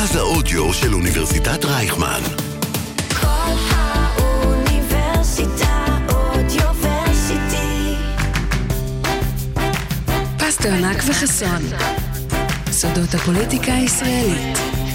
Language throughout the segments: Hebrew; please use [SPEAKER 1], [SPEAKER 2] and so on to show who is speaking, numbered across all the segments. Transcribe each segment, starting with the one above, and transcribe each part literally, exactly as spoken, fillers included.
[SPEAKER 1] מרכז האודיו של אוניברסיטת רייכמן.
[SPEAKER 2] כל האוניברסיטה אודיוורסיטי.
[SPEAKER 3] פסטרנק וחסון, סודות הפוליטיקה הישראלית.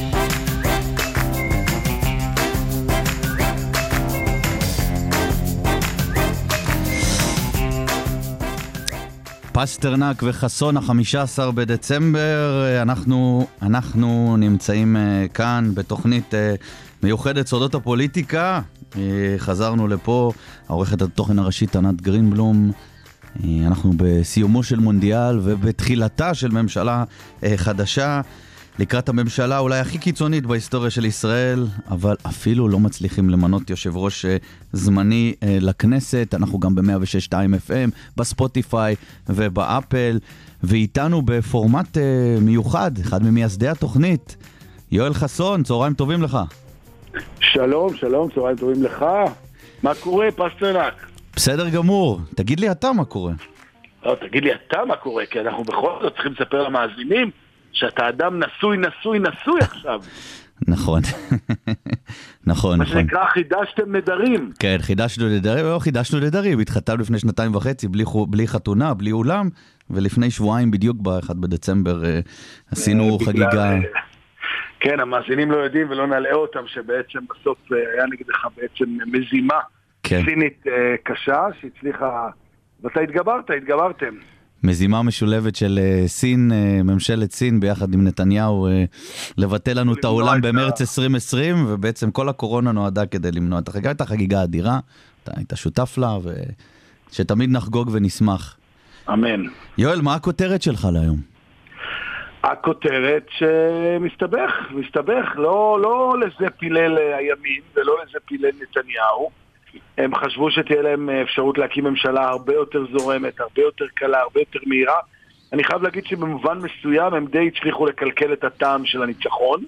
[SPEAKER 4] פסטרנק וחסון, החמישה עשר בדצמבר, אנחנו, אנחנו נמצאים כאן בתוכנית מיוחדת סודות הפוליטיקה. חזרנו לפה, העורכת התוכן הראשית ענת גרינבלום. אנחנו בסיומו של מונדיאל ובתחילתה של ממשלה חדשה, לקראת הממשלה אולי הכי קיצונית בהיסטוריה של ישראל, אבל אפילו לא מצליחים למנות יושב ראש זמני לכנסת. אנחנו גם ב-מאה ושש נקודה שתיים אף אם, בספוטיפיי ובאפל, ואיתנו בפורמט מיוחד, אחד ממייסדי התוכנית, יואל חסון. צהריים טובים לך.
[SPEAKER 5] שלום, שלום, צהריים טובים לך. מה קורה, פסטרנק?
[SPEAKER 4] בסדר גמור. תגיד לי אתה מה קורה.
[SPEAKER 5] לא, תגיד לי אתה מה קורה, כי אנחנו בכל זאת צריכים לספר למאזינים שאתה אדם נשוי, נשוי, נשוי עכשיו.
[SPEAKER 4] נכון. נכון,
[SPEAKER 5] מה
[SPEAKER 4] נכון.
[SPEAKER 5] מה שנקרא חידשתם נדרים.
[SPEAKER 4] כן, חידשנו נדרים, לא חידשנו נדרים. התחתנו לפני שנתיים וחצי, בלי, בלי חתונה, בלי אולם, ולפני שבועיים בדיוק ב-אחד בדצמבר עשינו חגיגה.
[SPEAKER 5] כן, המאזינים לא יודעים ולא נעלה אותם, שבעצם בסוף היה נגדך בעצם מזימה סינית קשה, שהצליחה, ואתה התגברת, התגברתם.
[SPEAKER 4] מזימה משולבת של סין, ממשלת סין ביחד עם נתניהו, לבטל לנו את העולם במרץ עשרים עשרים, ובעצם כל הקורונה נועדה כדי למנוע את החגיגה. הייתה חגיגה אדירה, אתה היית שותף לה, ושתמיד נחגוג ונשמח.
[SPEAKER 5] אמן.
[SPEAKER 4] יואל, מה הכותרת שלך להיום?
[SPEAKER 5] הכותרת שמסתבך, מסתבך, לא, לא לזה פילל הימין ולא לזה פילל נתניהו. הם חשבו שתהיה להם אפשרות להקים ממשלה הרבה יותר זורמת, הרבה יותר קלה, הרבה יותר מהירה. אני חייב להגיד שבמובן מסוים הם די הצליחו לקלקל את הטעם של הניצחון.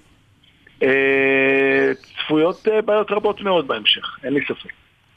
[SPEAKER 5] צפויות בעיות רבות מאוד בהמשך, אין לי ספק.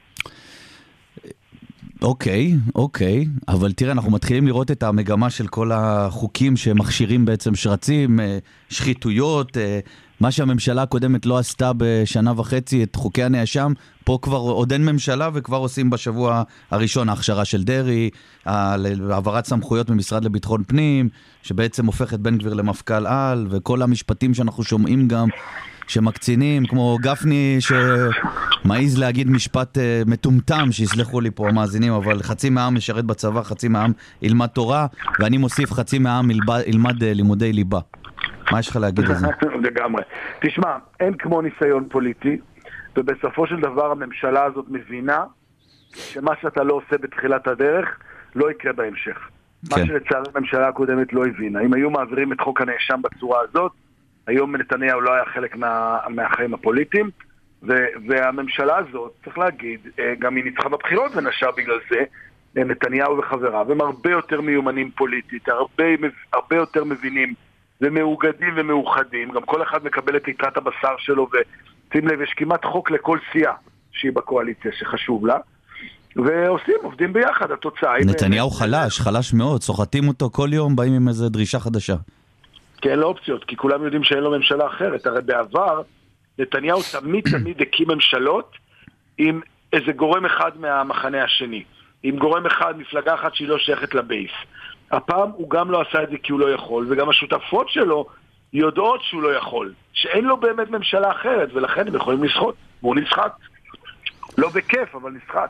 [SPEAKER 4] אוקיי, אוקיי, אבל תראה, אנחנו מתחילים לראות את המגמה של כל החוקים שמכשירים בעצם שרצים, שחיתויות, מה שהממשלה הקודמת לא עשתה בשנה וחצי, את חוקי הנאשם, פה כבר עוד אין ממשלה וכבר עושים בשבוע הראשון ההכשרה של דרי, העברת סמכויות ממשרד לביטחון פנים, שבעצם הופך את בן גביר למפכ"ל על, וכל המשפטים שאנחנו שומעים גם שמקצינים, כמו גפני שמעיז להגיד משפט מטומטם, שיסלחו לי פה המאזינים, אבל חצי מהעם משרת בצבא, חצי מהעם ילמד תורה, ואני מוסיף חצי מהעם ילמד לימודי ליבה. מה יש לך להגיד על זה?
[SPEAKER 5] לגמרי. תשמע, אין כמו ניסיון פוליטי, ובסופו של דבר הממשלה הזאת מבינה שמה שאתה לא עושה בתחילת הדרך לא יקרה בהמשך. כן. מה שלצערי הממשלה הקודמת לא הבינה. אם היו מעבירים את חוק הנאשם בצורה הזאת, היום נתניהו לא היה חלק מה, מהחיים הפוליטיים, ו, והממשלה הזאת, צריך להגיד, גם היא ניצחה בבחירות ונשאר בגלל זה, נתניהו וחבריו, הם הרבה יותר מיומנים פוליטית, הרבה, הרבה יותר מבינים ומאוגדים ומאוחדים, גם כל אחד מקבל את יתרת הבשר שלו, ושים לב, יש כמעט חוק לכל סיעה שהיא בקואליציה שחשוב לה, ועושים, עובדים ביחד, התוצאה.
[SPEAKER 4] נתניהו חלש, חלש מאוד, סוחטים אותו כל יום, באים עם איזו דרישה חדשה.
[SPEAKER 5] כי אין לו אופציות, כי כולם יודעים שאין לו ממשלה אחרת. הרי בעבר, נתניהו תמיד תמיד הקים ממשלות עם איזה גורם אחד מהמחנה השני. עם גורם אחד, מפלגה אחת שהיא לא שייכת לבייס. הפעם הוא גם לא עשה את זה כי הוא לא יכול, וגם השותפות שלו יודעות שהוא לא יכול. שאין לו באמת ממשלה אחרת, ולכן הם יכולים לשחוט. והוא נשחט. לא בכיף, אבל נשחט.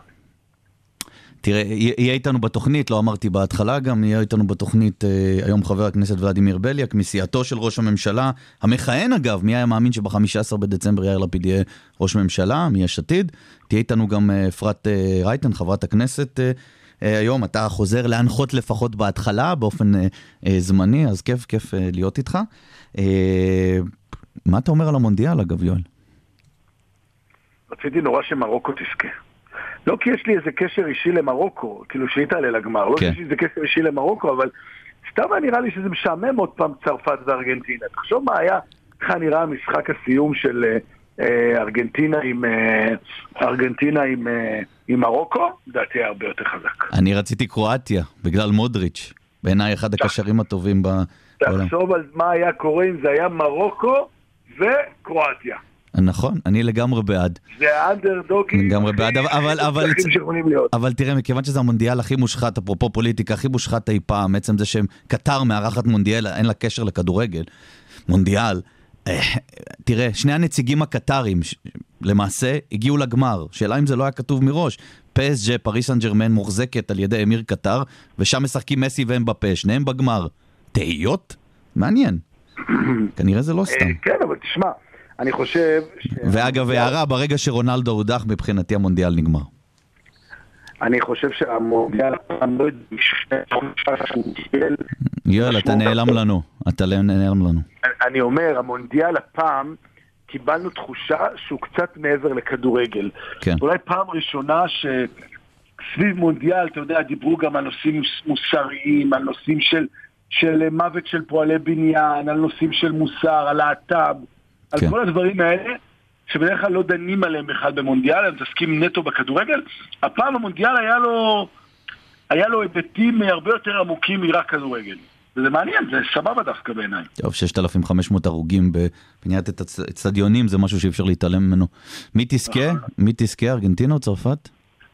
[SPEAKER 4] תראה, יהיה איתנו בתוכנית, לא אמרתי בהתחלה גם, יהיה איתנו בתוכנית אה, היום חבר הכנסת ולדימיר בליאק, מסיעתו של ראש הממשלה, המכהן אגב, מי היה מאמין שב-חמישה עשר בדצמבר יאיר לפיד יהיה ראש ממשלה, מיש עתיד. תהיה איתנו גם אה, אפרת אה, רייטן, חברת הכנסת אה, אה, היום, אתה חוזר להנחות לפחות בהתחלה, באופן אה, אה, זמני, אז כיף, כיף אה, להיות איתך. אה, מה אתה אומר על המונדיאל אגב, יואל?
[SPEAKER 5] רציתי נורא שמרוקו תזכה. לא כי יש לי איזה קשר אישי למרוקו, כאילו שהיא תעלה לגמר, לא כי יש לי איזה קשר אישי למרוקו, אבל סתם נראה לי שזה משעמם עוד פעם צרפת וארגנטינה. תחשוב מה היה, איך נראה משחק הסיום של ארגנטינה עם ארגנטינה עם עם מרוקו, דעתי היה הרבה יותר חזק.
[SPEAKER 4] אני רציתי קרואטיה, בגלל
[SPEAKER 5] וקרואטיה.
[SPEAKER 4] נכון, אני לגמרי בעד.
[SPEAKER 5] זה האנדרדוגים.
[SPEAKER 4] לגמרי בעד, אבל, אבל, אבל תראה, מכיוון שזה המונדיאל הכי מושחת, אפרופו פוליטיקה, הכי מושחת אי פעם, בעצם זה שהם קטר מארחת מונדיאל, אין לה קשר לכדורגל, מונדיאל, תראה, שני הנציגים הקטרים, למעשה, הגיעו לגמר. שאלה אם זה לא היה כתוב מראש. פי אס ג'י, פריס סן ז'רמן, מוחזקת על ידי אמיר קטר, ושם משחקים מסי ואמבפה, שניהם בגמר. תהיות? מעניין. כנראה זה לא סתם.
[SPEAKER 5] כן, אבל תשמע, אני חושב...
[SPEAKER 4] ואגב, הערה, ברגע שרונלדו הודח, מבחינתי המונדיאל נגמר.
[SPEAKER 5] אני חושב שהמונדיאל...
[SPEAKER 4] יואל, אתה נעלם לנו. אתה נעלם לנו.
[SPEAKER 5] אני אומר, המונדיאל הפעם... קיבלנו תחושה שהוא קצת מעבר לכדורגל.
[SPEAKER 4] כן.
[SPEAKER 5] אולי פעם ראשונה שסביב מונדיאל, אתה יודע, דיברו גם על נושאים מוסריים, על נושאים של, של מוות של פועלי בניין, על נושאים של מוסר, על להט"ב, על
[SPEAKER 4] כן.
[SPEAKER 5] כל הדברים האלה, שבדרך כלל לא דנים עליהם בכלל במונדיאל, הם מתעסקים נטו בכדורגל. הפעם המונדיאל היה לו, היה לו היבטים הרבה יותר עמוקים מרק כדורגל. וזה מעניין, זה סבבה דווקא בעיניי.
[SPEAKER 4] טוב, שישת אלפים וחמש מאות הרוגים בבניית אצטדיונים, זה משהו שאי אפשר להתעלם ממנו. מי תזכה? מי תזכה? ארגנטינה או צרפת?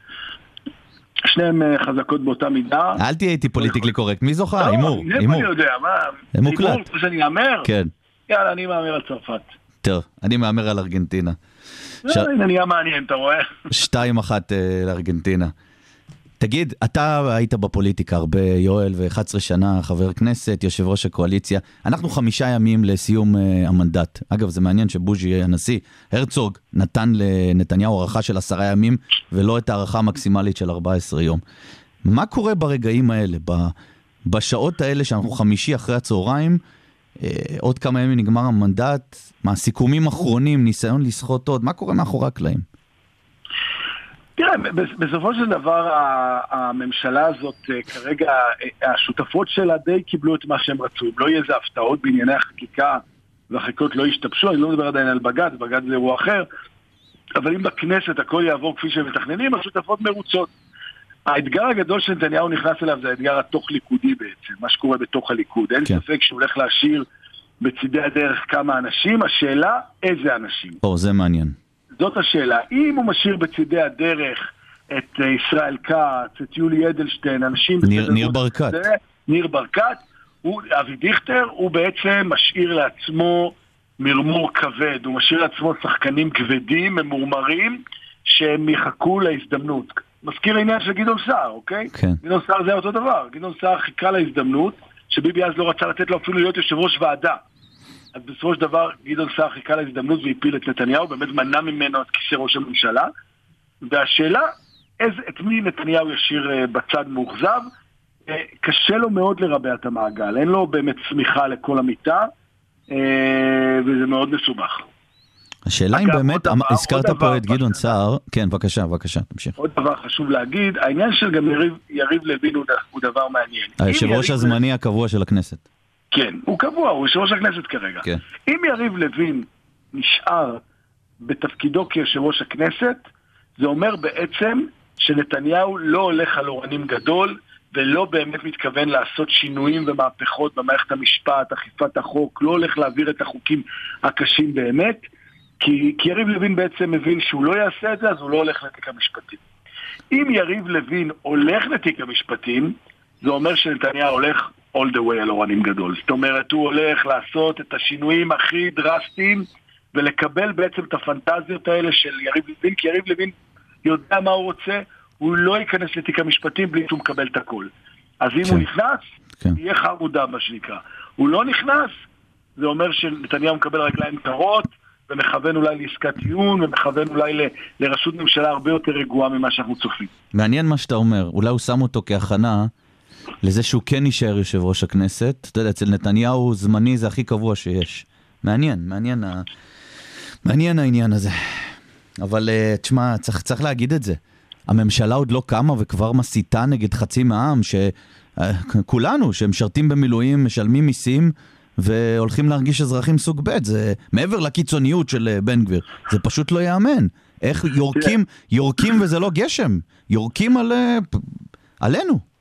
[SPEAKER 5] שניהם חזקות באותה מידה.
[SPEAKER 4] אל תהיה איתי פוליטיקלי קורקט. מי זוכה? הימור.
[SPEAKER 5] הימור. אני יודע, מה?
[SPEAKER 4] זה מוקלט.
[SPEAKER 5] הימור, כמו שאני אאמר?
[SPEAKER 4] כן.
[SPEAKER 5] יאללה, אני מאמר על צרפת.
[SPEAKER 4] טוב, אני מאמר על ארגנטינה.
[SPEAKER 5] הנה, נהיה מעניין, אתה רואה?
[SPEAKER 4] שתיים אחת לארגנטינה. תגיד, אתה היית בפוליטיקה הרבה, יואל, ו-אחת עשרה שנה, חבר כנסת, יושב ראש הקואליציה. אנחנו חמישה ימים לסיום uh, המנדט. אגב, זה מעניין שבוז'י יהיה הנשיא. הרצוג נתן לנתניהו הערכה של עשרה ימים, ולא את הערכה המקסימלית של ארבעה עשר יום. מה קורה ברגעים האלה, בשעות האלה שאנחנו חמישי אחרי הצהריים, uh, עוד כמה ימים נגמר המנדט, מהסיכומים האחרונים, ניסיון לסחוט עוד, מה קורה מאחורי הקלעים?
[SPEAKER 5] תראה, בסופו של דבר הממשלה הזאת כרגע, השותפות שלה די קיבלו את מה שהם רצו. לא יהיה איזה הפתעות בענייני החקיקה, והחקיקות לא ישתבשו, אני לא מדבר עדיין על בג"ץ, בג"ץ זה אירוע אחר, אבל אם בכנסת הכל יעבור כפי שהם מתכננים, השותפות מרוצות. האתגר הגדול שנתניהו נכנס אליו זה האתגר התוך ליכודי בעצם, מה שקורה בתוך הליכוד. אין
[SPEAKER 4] כן.
[SPEAKER 5] ספק שהוא הולך להשאיר בצדי הדרך כמה אנשים, השאלה איזה אנשים.
[SPEAKER 4] או, זה מעניין.
[SPEAKER 5] זאת השאלה. אם הוא משאיר בצדי הדרך את ישראל כץ, את יולי אדלשטיין, אנשים...
[SPEAKER 4] ניר, ניר ברקת.
[SPEAKER 5] זה, ניר ברקת, הוא, אבי דיכטר, הוא בעצם משאיר לעצמו מרמור כבד, הוא משאיר לעצמו שחקנים כבדים, ממורמרים, שהם יחכו להזדמנות. מזכיר העניין של גדעון סער, אוקיי?
[SPEAKER 4] כן.
[SPEAKER 5] גדעון סער זה אותו דבר. גדעון סער חיכה להזדמנות, שביבי אז לא רצה לתת לו אפילו להיות יושב ראש ועדה. אז בסופו של דבר גדעון סער חיכה להזדמנות והפיל את נתניהו, באמת מנע ממנו את כיסא ראש הממשלה, והשאלה, איזה, את מי נתניהו ישיר בצד מאוכזב, קשה לו מאוד לרבע את המעגל, אין לו באמת צמיחה לכל המיטה, וזה מאוד מסובך.
[SPEAKER 4] השאלה אם באמת, הזכרת פה את גדעון סער, כן, בבקשה, בבקשה, תמשיך.
[SPEAKER 5] עוד דבר חשוב להגיד, העניין של גם יריב, יריב לוין הוא דבר מעניין.
[SPEAKER 4] היושב ראש הזמני הקבוע של הכנסת.
[SPEAKER 5] כן, הוא קבוע, הוא יושב ראש הכנסת כרגע.
[SPEAKER 4] כן.
[SPEAKER 5] אם יריב לוין נשאר בתפקידו כיושב ראש הכנסת, זה אומר בעצם שנתניהו לא הולך על אורנים גדול, ולא באמת מתכוון לעשות שינויים ומהפכות במערכת המשפט, אכיפת החוק, לא הולך להעביר את החוקים הקשים באמת, כי, כי יריב לוין בעצם מבין שהוא לא יעשה את זה, אז הוא לא הולך לתיק המשפטים. אם יריב לוין הולך לתיק המשפטים, זה אומר שנתניהו הולך all the way על אורנים גדול. זאת אומרת, הוא הולך לעשות את השינויים הכי דרסטיים, ולקבל בעצם את הפנטזיות האלה של יריב לוין, כי יריב לוין יודע מה הוא רוצה, הוא לא ייכנס לתיק המשפטים בלי שהוא מקבל את הכל. אז אם
[SPEAKER 4] כן.
[SPEAKER 5] הוא נכנס,
[SPEAKER 4] כן.
[SPEAKER 5] יהיה חרודה מה שנקרא. הוא לא נכנס, זה אומר שנתניהו מקבל רגליים קרות, ומכוון אולי לעסקת טיעון, ומכוון אולי ל- לרשות ממשלה הרבה יותר רגועה ממה שאנחנו צופים.
[SPEAKER 4] מעניין מה שאתה אומר, אולי הוא שם אותו כהכנה לזה שהוא כן יישאר יושב ראש הכנסת. אתה יודע, אצל נתניהו זמני זה הכי קבוע שיש. מעניין, מעניין, ה... מעניין העניין הזה. אבל תשמע, צריך, צריך להגיד את זה. הממשלה עוד לא קמה וכבר מסיתה נגד חצי מהעם, שכולנו שמשרתים במילואים, משלמים מיסים, והולכים להרגיש אזרחים סוג ב'. זה מעבר לקיצוניות של בן גביר. זה פשוט לא יאמן. איך יורקים, יורקים וזה לא גשם. יורקים על... עלינו.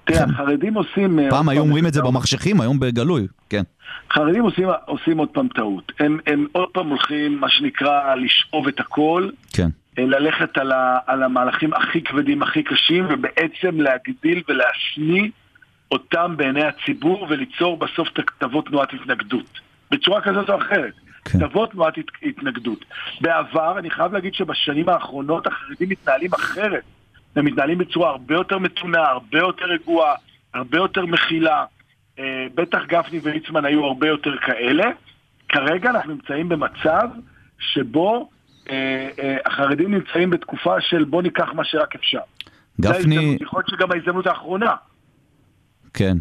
[SPEAKER 5] תראה, החרדים עושים...
[SPEAKER 4] פעם היו אומרים את זה במחשכים, היום בגלוי, כן.
[SPEAKER 5] חרדים עושים, עושים עוד פעם טעות. הם, הם עוד פעם הולכים, מה שנקרא, לשאוב את הכל,
[SPEAKER 4] כן.
[SPEAKER 5] ללכת על, ה, על המהלכים הכי כבדים, הכי קשים, ובעצם להגדיל ולהשניא אותם בעיני הציבור, וליצור בסוף כתבות תנועת התנגדות. בצורה כזאת או אחרת.
[SPEAKER 4] כן.
[SPEAKER 5] כתבות תנועת התנגדות. בעבר, אני חייב להגיד שבשנים האחרונות החרדים מתנהלים אחרת. הם מתנהלים בצורה הרבה יותר מתונה, הרבה יותר רגועה, הרבה יותר מכילה. בטח גפני וליצמן היו הרבה יותר כאלה. כרגע אנחנו נמצאים במצב שבו החרדים נמצאים בתקופה של בוא ניקח מה שרק אפשר.
[SPEAKER 4] גפני...
[SPEAKER 5] זה יכול להיות שגם ההזדמנות האחרונה.
[SPEAKER 4] כן.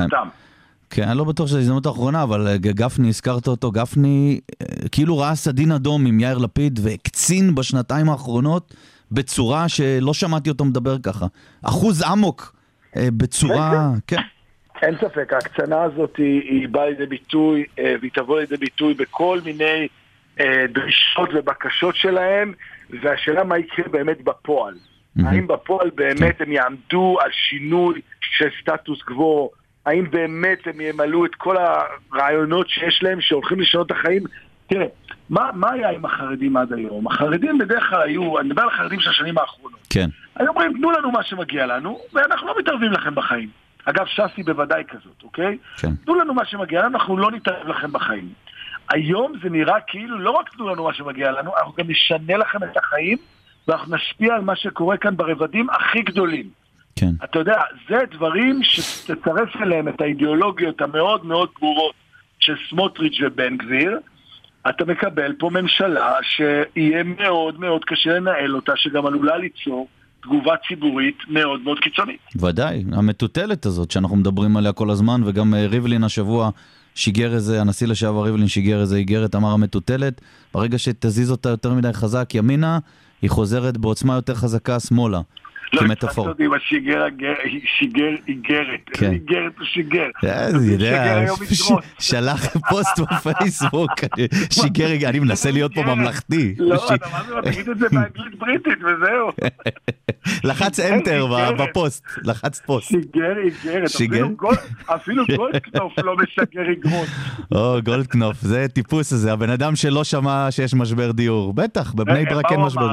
[SPEAKER 4] כן, אני לא בטוח שזו ההזדמנות האחרונה, אבל גפני, הזכרת אותו, גפני כאילו ראה סדין אדום עם יאיר לפיד והקצין בשנתיים האחרונות בצורה שלא שמעתי אותו מדבר ככה. אחוז עמוק בצורה... כן.
[SPEAKER 5] אין ספק, ההקצנה הזאת היא, היא באה לידי ביטוי, והיא תבוא לידי ביטוי בכל מיני דרישות ובקשות שלהם, והשאלה מה יקרה באמת בפועל. האם בפועל באמת הם יעמדו על שינוי של סטטוס קוו, האם באמת הם ימלאו את כל הרעיונות שיש להם שהולכים לשנות את החיים? תראה, מה, מה היה עם החרדים עד היום? החרדים בדרך כלל היו, אני מדבר על החרדים של השנים האחרונות.
[SPEAKER 4] כן.
[SPEAKER 5] היו אומרים, תנו לנו מה שמגיע לנו, ואנחנו לא מתערבים לכם בחיים. אגב, שסי בוודאי כזאת, אוקיי?
[SPEAKER 4] כן.
[SPEAKER 5] תנו לנו מה שמגיע לנו, אנחנו לא נתערב לכם בחיים. היום זה נראה כאילו, לא רק תנו לנו מה שמגיע לנו, אנחנו גם נשנה לכם את החיים, ואנחנו נשפיע על מה שקורה כאן ברבדים הכי גדולים.
[SPEAKER 4] כן.
[SPEAKER 5] אתה יודע, זה דברים שתצרף אליהם את האידיאולוגיות המאוד מאוד ברורות של סמוטריץ' ובן גביר, אתה מקבל פה ממשלה שיהיה מאוד מאוד קשה לנהל אותה, שגם עלולה ליצור תגובה ציבורית מאוד מאוד קיצונית.
[SPEAKER 4] ודאי, המטוטלת הזאת שאנחנו מדברים עליה כל הזמן, וגם ריבלין השבוע שיגר איזה, הנשיא לשעבר ריבלין שיגר איזה איגרת, אמר המטוטלת, ברגע שתזיז אותה יותר מדי חזק ימינה, היא חוזרת בעוצמה יותר חזקה שמאלה.
[SPEAKER 5] לא, כמטאפור. לא יודעים, השיגר שיגר איגרת. איזה איגרת הוא שיגר.
[SPEAKER 4] אני יודע, שלח פוסט בפייסבוק. שיגר איגרת, אני מנסה להיות פה ממלכתי.
[SPEAKER 5] לא, אתה מה זה, תגיד את זה באנגלית בריטית וזהו.
[SPEAKER 4] לחץ אנטר בפוסט, לחץ פוסט.
[SPEAKER 5] שיגר איגרת. אפילו גולדקנופ לא משגר איגרות.
[SPEAKER 4] או, גולדקנופ, זה טיפוס הזה, הבן אדם שלא שמע שיש משבר דיור. בטח, בבני ברק אין משבר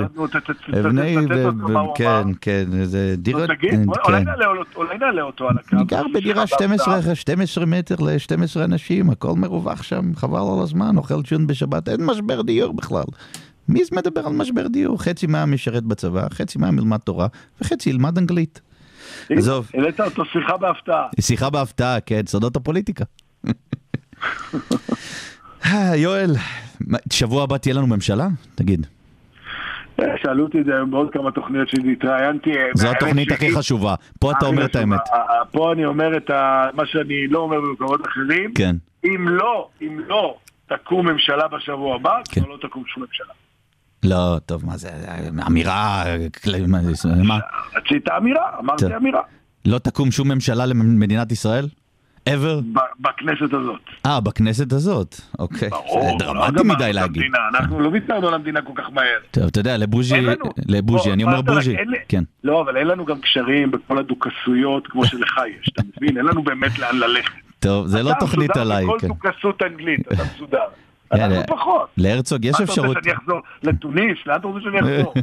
[SPEAKER 4] דיור. כן, כן. זה דירות...
[SPEAKER 5] אולי נעלה אותו על הקו.
[SPEAKER 4] ניגר בדירה שתים עשרה מטר ל-שנים עשר אנשים, הכל מרווח שם, חבל על הזמן, אוכל ג'ון בשבת, אין משבר דיור בכלל. מי מדבר על משבר דיור? חצי מה משרת בצבא, חצי מה מלמד תורה, וחצי ילמד אנגלית. עזוב.
[SPEAKER 5] העלית אותו שיחה בהפתעה.
[SPEAKER 4] שיחה בהפתעה, כן, סודות הפוליטיקה. יואל, שבוע הבא תהיה לנו ממשלה? תגיד.
[SPEAKER 5] שאלו אותי את זה בעוד כמה תוכניות שהתראיינתי.
[SPEAKER 4] זו התוכנית הכי חשובה. פה אתה אומר את האמת.
[SPEAKER 5] פה אני אומר את מה שאני לא אומר במקומות אחרים.
[SPEAKER 4] כן.
[SPEAKER 5] אם לא, אם לא תקום ממשלה בשבוע הבא, אז לא תקום שום ממשלה.
[SPEAKER 4] לא, טוב, מה זה? אמירה...
[SPEAKER 5] רצית אמירה, אמרתי אמירה.
[SPEAKER 4] לא תקום שום ממשלה למדינת ישראל? ever?
[SPEAKER 5] בכנסת הזאת.
[SPEAKER 4] אה, בכנסת הזאת. אוקיי. זה דרמטי מדי להגיד.
[SPEAKER 5] אנחנו לא ויתרנו על המדינה כל כך מהר.
[SPEAKER 4] טוב, אתה יודע, לבוז'י, לבוז'י, אני אומר בוז'י. כן.
[SPEAKER 5] לא, אבל אין לנו גם קשרים בכל הדוכסויות כמו שלך יש. אתה מבין? אין לנו באמת לאן ללכת.
[SPEAKER 4] טוב, זה לא תוכנית עליי.
[SPEAKER 5] אתה מסודר בכל דוכסות אנגלית, אתה מסודר. אנחנו פחות.
[SPEAKER 4] להרצוג יש אפשרות.
[SPEAKER 5] מה אתה רוצה שאני אחזור? לתוניס? לאן אתה רוצה שאני אחזור?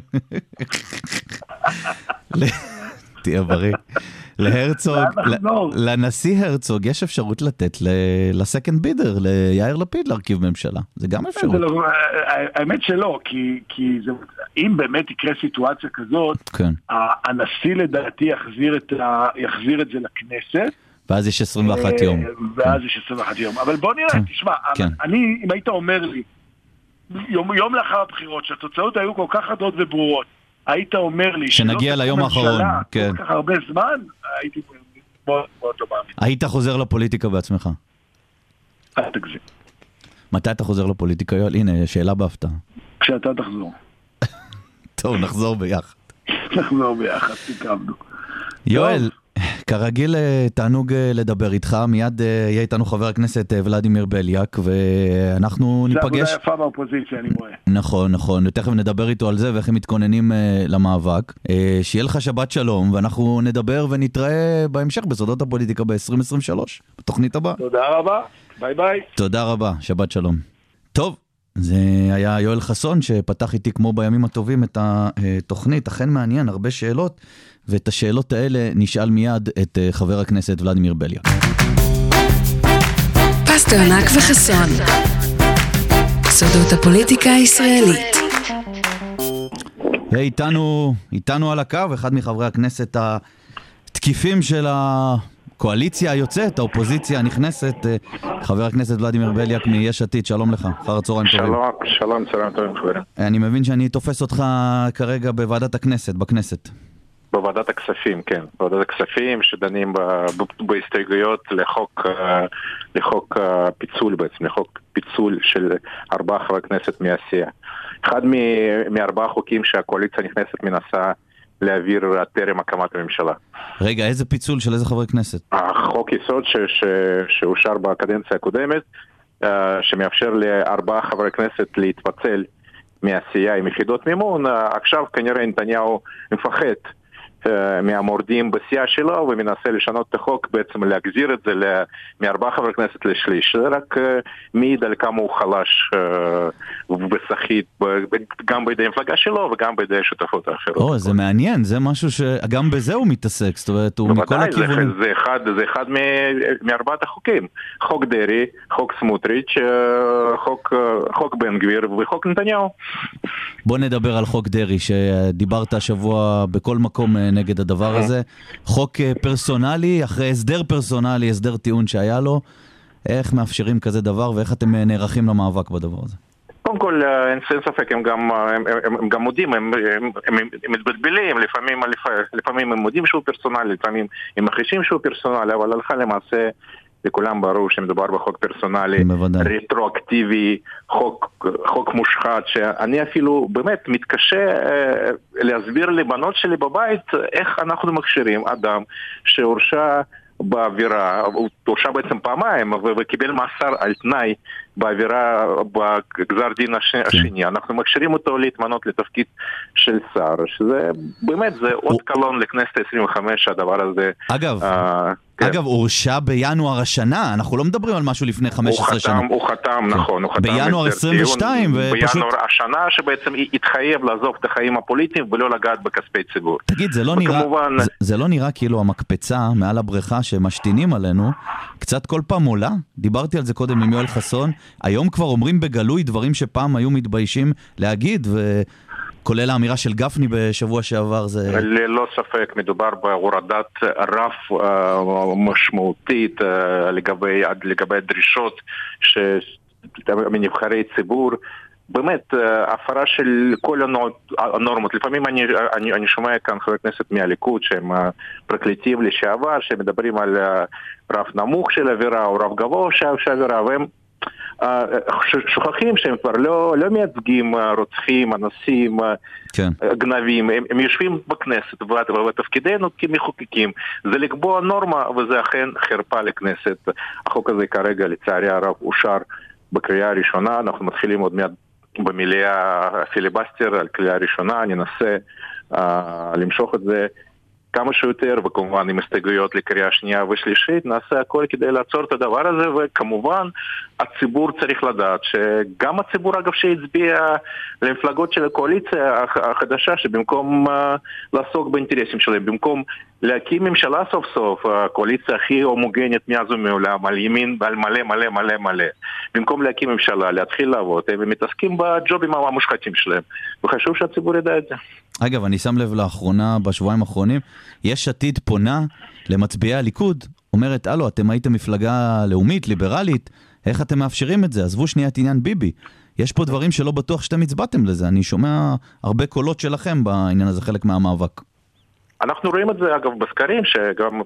[SPEAKER 4] תהיה בריא. להרצוג, לנשיא הרצוג יש אפשרות לתת לסקנד בידר, ליאיר לפיד להרכיב ממשלה. זה גם אפשרות.
[SPEAKER 5] האמת שלא, כי אם באמת יקרה סיטואציה כזאת, הנשיא לדעתי יחזיר את זה לכנסת.
[SPEAKER 4] ואז יש עשרים ואחד יום.
[SPEAKER 5] ואז יש עשרים ואחד יום. אבל בוא נראה, תשמע, אני, אם היית אומר לי, יום לאחר הבחירות, שהתוצאות היו כל כך חדות וברורות, היית אומר לי
[SPEAKER 4] שנגיע ליום האחרון,
[SPEAKER 5] כן. כל כך הרבה זמן, הייתי מאוד מאוד לא מאמין.
[SPEAKER 4] היית חוזר לפוליטיקה בעצמך?
[SPEAKER 5] אל תגזים.
[SPEAKER 4] מתי אתה חוזר לפוליטיקה, יואל? הנה, שאלה בהפתעה.
[SPEAKER 5] כשאתה תחזור.
[SPEAKER 4] טוב, נחזור ביחד.
[SPEAKER 5] נחזור ביחד, תקמנו.
[SPEAKER 4] יואל, כרגיל תענוג לדבר איתך, מיד יהיה איתנו חבר הכנסת ולדימיר בליאק, ואנחנו ניפגש...
[SPEAKER 5] זה עבודה יפה באופוזיציה, אני רואה.
[SPEAKER 4] נכון, נכון, ותכף נדבר איתו על זה, ואיך הם מתכוננים למאבק. שיהיה לך שבת שלום, ואנחנו נדבר ונתראה בהמשך בסודות הפוליטיקה ב-עשרים עשרים ושלוש, בתוכנית הבאה.
[SPEAKER 5] תודה רבה, ביי ביי.
[SPEAKER 4] תודה רבה, שבת שלום. טוב, זה היה יואל חסון שפתח איתי כמו בימים הטובים את התוכנית, אכן מעניין, הרבה שאלות, ואת השאלות האלה נשאל מיד את חבר הכנסת ולדימיר בליאק.
[SPEAKER 3] פסטרנק וחסון, סודות הפוליטיקה הישראלית.
[SPEAKER 4] ואיתנו, איתנו על הקו, אחד מחברי הכנסת התקיפים של הקואליציה היוצאת, האופוזיציה הנכנסת, חבר הכנסת ולדימיר בליאק מיש עתיד, שלום לך, אחר הצהריים טובים.
[SPEAKER 2] שלום, שלום, צהריים טובים חברים.
[SPEAKER 4] אני מבין שאני תופס אותך כרגע בוועדת הכנסת, בכנסת.
[SPEAKER 2] בוועדת הכספים, כן. בוועדת הכספים שדנים בהסתייגויות לחוק, לחוק פיצול בעצם, לחוק פיצול של ארבעה חברי כנסת מהסיעה. אחד מארבעה חוקים שהקואליציה נכנסת מנסה להעביר טרם הקמת הממשלה.
[SPEAKER 4] רגע, איזה פיצול של איזה חברי כנסת?
[SPEAKER 2] החוק יסוד ש, ש, שאושר בקדנציה הקודמת, שמאפשר לארבעה חברי כנסת להתפצל מהסיעה עם יחידות מימון. עכשיו כנראה נתניהו מפחד מהמורדים בסיעה שלו ומנסה לשנות את החוק, בעצם להגזיר את זה מארבעה חברי כנסת לשליש. זה רק מעיד על כמה הוא חלש וסחיט גם בידי המפלגה שלו וגם בידי השותפות האחרות.
[SPEAKER 4] או, זה מעניין, זה משהו שגם בזה הוא מתעסק, זאת אומרת, הוא מכל הכיוונים.
[SPEAKER 2] זה אחד, זה אחד מארבעת החוקים. חוק דרי, חוק סמוטריץ', חוק, חוק בן גביר וחוק נתניהו.
[SPEAKER 4] בוא נדבר על חוק דרי, שדיברת השבוע בכל מקום נגד הדבר הזה. חוק פרסונלי, אחרי הסדר פרסונלי, הסדר טיעון שהיה לו, איך מאפשרים כזה דבר ואיך אתם נערכים למאבק בדבר הזה?
[SPEAKER 2] קודם כל, אין ספק, הם גם, הם, הם, הם גם מודים, הם, הם, הם, הם מתבלבלים, לפעמים, לפעמים הם מודים שהוא פרסונלי, לפעמים הם מכחישים שהוא פרסונלי, אבל הלכה למעשה לכולם ברור שמדובר בחוק פרסונלי, בוודאי. רטרואקטיבי, חוק, חוק מושחת, שאני אפילו באמת מתקשה אה, להסביר לבנות שלי בבית איך אנחנו מכשירים אדם שהורשע באווירה, הוא הורשע בעצם פעמיים וקיבל מאסר על תנאי באווירה בגזר דין השני. אנחנו מכשירים אותו להתמנות לתפקיד של שר, שזה באמת זה עוד קלון לכנסת עשרים וחמש הדבר הזה.
[SPEAKER 4] אגב, אגב, הוא הורשע בינואר השנה, אנחנו לא מדברים על משהו לפני חמש עשרה שנה.
[SPEAKER 2] הוא חתם, נכון, הוא חתם.
[SPEAKER 4] בינואר עשרים ושתיים,
[SPEAKER 2] בינואר השנה שבעצם התחייב לעזוב את החיים הפוליטיים ולא לגעת בכספי ציבור.
[SPEAKER 4] תגיד, זה לא נראה כאילו המקפצה מעל הבריכה שמשתינים עלינו, קצת כל פעם עולה? דיברתי על זה קודם עם יואל חסון, היום כבר אומרים בגלוי דברים שפעם היו מתביישים להגיד, ו... כולל האמירה של גפני בשבוע שעבר זה...
[SPEAKER 2] ללא ספק, מדובר בהורדת רף משמעותית לגבי, לגבי הדרישות מנבחרי ציבור. באמת, הפרה של כל הנורמות. לפעמים אני, אני, אני שומע כאן חבר כנסת מהליכוד שהם פרקליטים לשעבר, שמדברים על רף נמוך של עבירה או רף גבוה של עבירה, והם שוכחים שהם כבר לא, לא מייצגים רוצחים, אנסים, כן. גנבים, הם, הם יושבים בכנסת ותפקידנו כמחוקקים זה לקבוע נורמה, וזה אכן חרפה לכנסת. החוק הזה כרגע לצערי הרב אושר בקריאה הראשונה, אנחנו מתחילים עוד מעט במיליה פיליבסטר על קריאה ראשונה, ננסה uh, למשוך את זה כמה שיותר, וכמובן עם הסתייגויות לקריאה שנייה ושלישית, נעשה הכל כדי לעצור את הדבר הזה, וכמובן הציבור צריך לדעת שגם הציבור אגב שהצביע למפלגות של הקואליציה החדשה, שבמקום uh, לעסוק באינטרסים שלהם, במקום להקים ממשלה סוף סוף, הקואליציה הכי הומוגנית מאז ומעולם, על ימין ועל מלא מלא מלא מלא, במקום להקים ממשלה, להתחיל לעבוד, הם מתעסקים בג'ובים המושחתים שלהם, וחשוב שהציבור ידע את זה.
[SPEAKER 4] אגב, אני שם לב לאחרונה, בשבועיים האחרונים, יש עתיד פונה למצביעי הליכוד, אומרת, אלו, אתם הייתם מפלגה לאומית, ליברלית, איך אתם מאפשרים את זה? עזבו שנייה את עניין ביבי. יש פה דברים שלא בטוח שאתם הצבעתם לזה. אני שומע הרבה קולות שלכם בעניין הזה, חלק מהמאבק.
[SPEAKER 2] אנחנו רואים את זה, אגב, בסקרים, שגם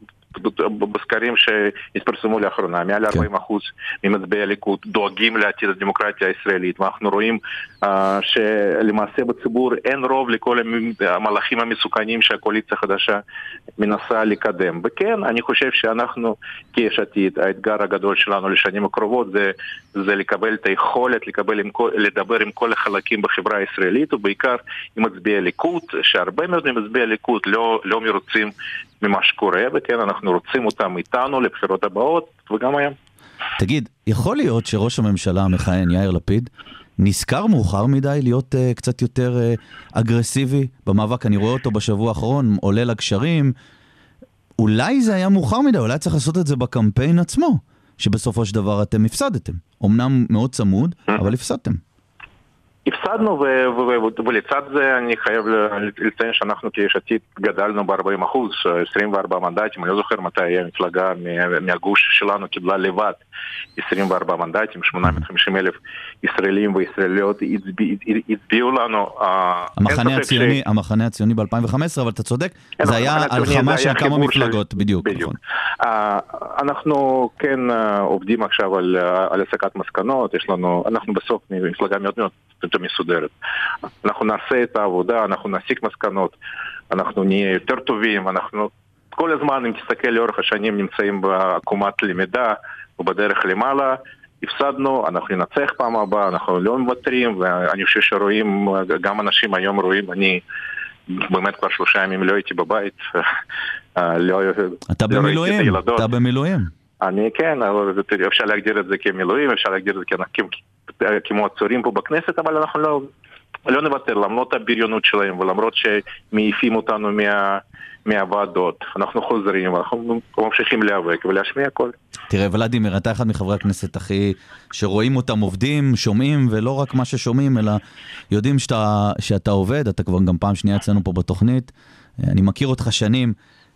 [SPEAKER 2] בסקרים שהתפרסמו לאחרונה, מעל ארבעים אחוז ממצביעי הליכוד דואגים לעתיד הדמוקרטיה הישראלית, ואנחנו רואים שלמעשה בציבור אין רוב לכל המהלכים המסוכנים שהקואליציה החדשה מנסה לקדם. וכן, אני חושב שאנחנו כיש עתיד, האתגר הגדול שלנו לשנים הקרובות זה, זה לקבל את היכולת, לקבל עם כל, לדבר עם כל החלקים בחברה הישראלית, ובעיקר עם מצביעי הליכוד, שהרבה מאוד ממצביעי הליכוד לא, לא מרוצים ממה שקורה, וכן, אנחנו רוצים אותם איתנו לבחירות הבאות, וגם היום.
[SPEAKER 4] תגיד, יכול להיות שראש הממשלה המכהן יאיר לפיד נזכר מאוחר מדי להיות uh, קצת יותר uh, אגרסיבי במאבק? אני רואה אותו בשבוע האחרון, עולה לגשרים. אולי זה היה מאוחר מדי, אולי צריך לעשות את זה בקמפיין עצמו, שבסופו של דבר אתם הפסדתם. אמנם מאוד צמוד, אבל הפסדתם.
[SPEAKER 2] הפסדנו, ולצד זה אני חייב לציין שאנחנו כיש עתיד גדלנו ב-ארבעים אחוז, עשרים וארבעה מנדטים, אני לא זוכר מתי היה מפלגה מהגוש שלנו קיבלה לבד עשרים וארבעה מנדטים, שמונה מאות וחמישים אלף ישראלים וישראליות הצביעו לנו.
[SPEAKER 4] המחנה הציוני, המחנה הציוני ב-אלפיים וחמש עשרה, אבל אתה צודק, זה היה הלחמה של כמה מפלגות, בדיוק.
[SPEAKER 2] אנחנו כן עובדים עכשיו על הסקת מסקנות, יש לנו, אנחנו בסוף מפלגה מאוד מאוד מסודרת. אנחנו נעשה את העבודה, אנחנו נסיק מסקנות, אנחנו נהיה יותר טובים, אנחנו כל הזמן, אם תסתכל לאורך השנים, נמצאים בעקומת למידה ובדרך למעלה. הפסדנו, אנחנו ננצח פעם הבאה, אנחנו לא מוותרים, ואני חושב שרואים, גם אנשים היום רואים, אני באמת כבר שלושה ימים לא הייתי בבית.
[SPEAKER 4] אתה במילואים, אתה במילואים.
[SPEAKER 2] אני כן, אפשר להגדיר את זה כמילואים, אפשר להגדיר את זה כמו עצורים פה בכנסת, אבל אנחנו לא, לא נוותר, למרות הבריונות שלהם, ולמרות שמעיפים אותנו מה, מהוועדות, אנחנו חוזרים, אנחנו ממשיכים להיאבק ולהשמיע הכל.
[SPEAKER 4] תראה, ולדימיר, אתה אחד מחברי הכנסת הכי שרואים אותם עובדים, שומעים, ולא רק מה ששומעים, אלא יודעים שאתה, שאתה עובד, אתה כבר גם פעם שנייה אצלנו פה בתוכנית, אני מכיר אותך שנים,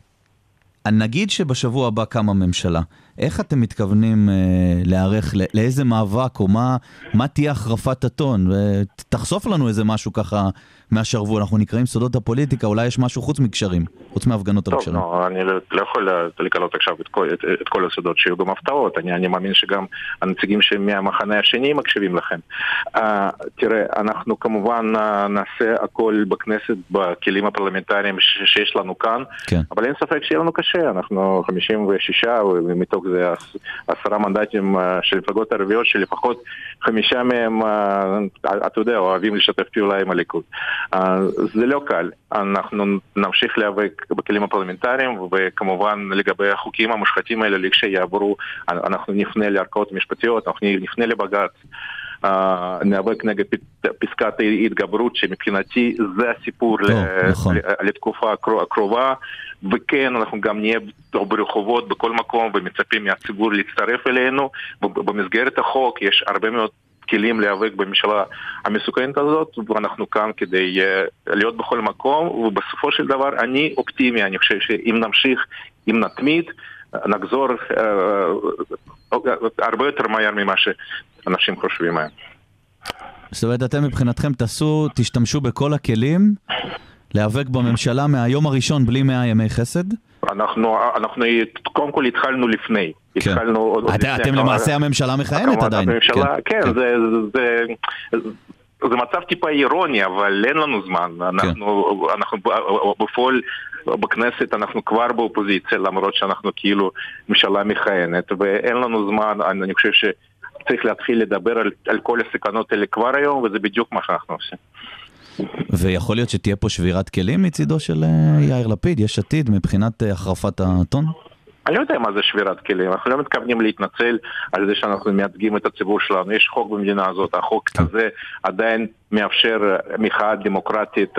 [SPEAKER 4] נגיד שבשבוע הבא קמה ממשלה, איך אתם מתכוונים אה, להערך, לא, לאיזה מאבק או מה, מה תהיה החרפת הטון? ותחשוף לנו איזה משהו ככה מהשרבו, אנחנו נקראים סודות הפוליטיקה, אולי יש משהו חוץ מקשרים, חוץ מהפגנות על הקשרים.
[SPEAKER 2] טוב, לא, אני לא, לא יכול לקלות עכשיו את כל, את, את כל הסודות שיהיו גם הפתעות, אני, אני מאמין שגם הנציגים מהמחנה השני מקשיבים לכם. Uh, תראה, אנחנו כמובן uh, נעשה הכל בכנסת, בכלים הפרלמנטריים ש- שיש לנו כאן, כן. אבל אין ספק שיהיה לנו קשה, אנחנו חמישים ושישה, ומתוך זה עשרה מנדטים uh, של מפלגות ערביות, שלפחות חמישה מהם, uh, אתה יודע, אוהבים לשתף פעולה עם הליכוד. Uh, זה לא קל, אנחנו נמשיך להיאבק בכלים הפרלמנטריים, וכמובן לגבי החוקים המושחתים האלה, לכשיעברו, אנחנו נפנה לערכאות המשפטיות, אנחנו נפנה לבג"ץ, uh, נאבק נגד פסקת ההתגברות, שמבחינתי זה הסיפור
[SPEAKER 4] טוב,
[SPEAKER 2] ל-
[SPEAKER 4] נכון.
[SPEAKER 2] לתקופה הקרובה, וכן, אנחנו גם נהיה ברחובות בכל מקום, ומצפים מהציבור להצטרף אלינו, במסגרת החוק יש הרבה מאוד כלים להיאבק בממשלה המסוכנת הזאת, ואנחנו כאן כדי uh, להיות בכל מקום, ובסופו של דבר אני אופטימי, אני חושב שאם נמשיך, אם נתמיד, נחזור uh, uh, הרבה יותר מהר ממה שאנשים חושבים היום.
[SPEAKER 4] זאת אומרת, אתם מבחינתכם תעשו, תשתמשו בכל הכלים להיאבק בממשלה מהיום הראשון בלי מאה ימי חסד?
[SPEAKER 2] אנחנו, אנחנו קודם כל התחלנו לפני.
[SPEAKER 4] כן.
[SPEAKER 2] התחלנו עוד
[SPEAKER 4] את,
[SPEAKER 2] לפני.
[SPEAKER 4] אתם למעשה הממשלה מכהנת עדיין.
[SPEAKER 2] הממשלה, כן,
[SPEAKER 4] כן.
[SPEAKER 2] זה, זה, זה, זה מצב טיפה אירוני, אבל אין לנו זמן. אנחנו, כן. אנחנו בפועל בכנסת, אנחנו כבר באופוזיציה, למרות שאנחנו כאילו ממשלה מכהנת, ואין לנו זמן, אני חושב שצריך להתחיל לדבר על, על כל הסכנות האלה כבר היום, וזה בדיוק מה שאנחנו עושים.
[SPEAKER 4] ויכול להיות שתהיה פה שבירת כלים מצידו של יאיר לפיד, יש עתיד, מבחינת החרפת הטון?
[SPEAKER 2] אני לא יודע מה זה שבירת כלים, אנחנו לא מתכוונים להתנצל על זה שאנחנו מייצגים את הציבור שלנו, יש חוק במדינה הזאת, החוק הזה עדיין מאפשר מחאה דמוקרטית,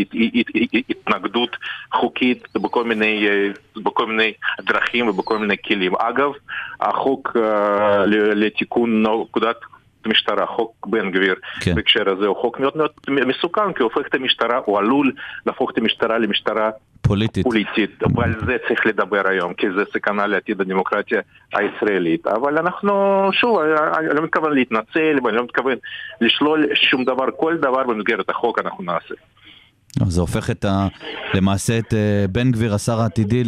[SPEAKER 2] התנגדות חוקית בכל מיני, בכל מיני דרכים ובכל מיני כלים. אגב, החוק לתיקון נקודת המשטרה, חוק בן גביר, כן. בהקשר הזה הוא חוק מאוד מאוד מסוכן, כי הופך את המשטרה, הוא עלול להפוך את המשטרה למשטרה פוליטית. פוליטית, ועל זה צריך לדבר היום, כי זה סכנה לעתיד הדמוקרטיה הישראלית. אבל אנחנו, שוב, אני לא מתכוון להתנצל, ואני לא מתכוון לשלול שום דבר, כל דבר במסגרת החוק אנחנו נעשה.
[SPEAKER 4] זה הופך את ה... למעשה את בן גביר, השר העתידי,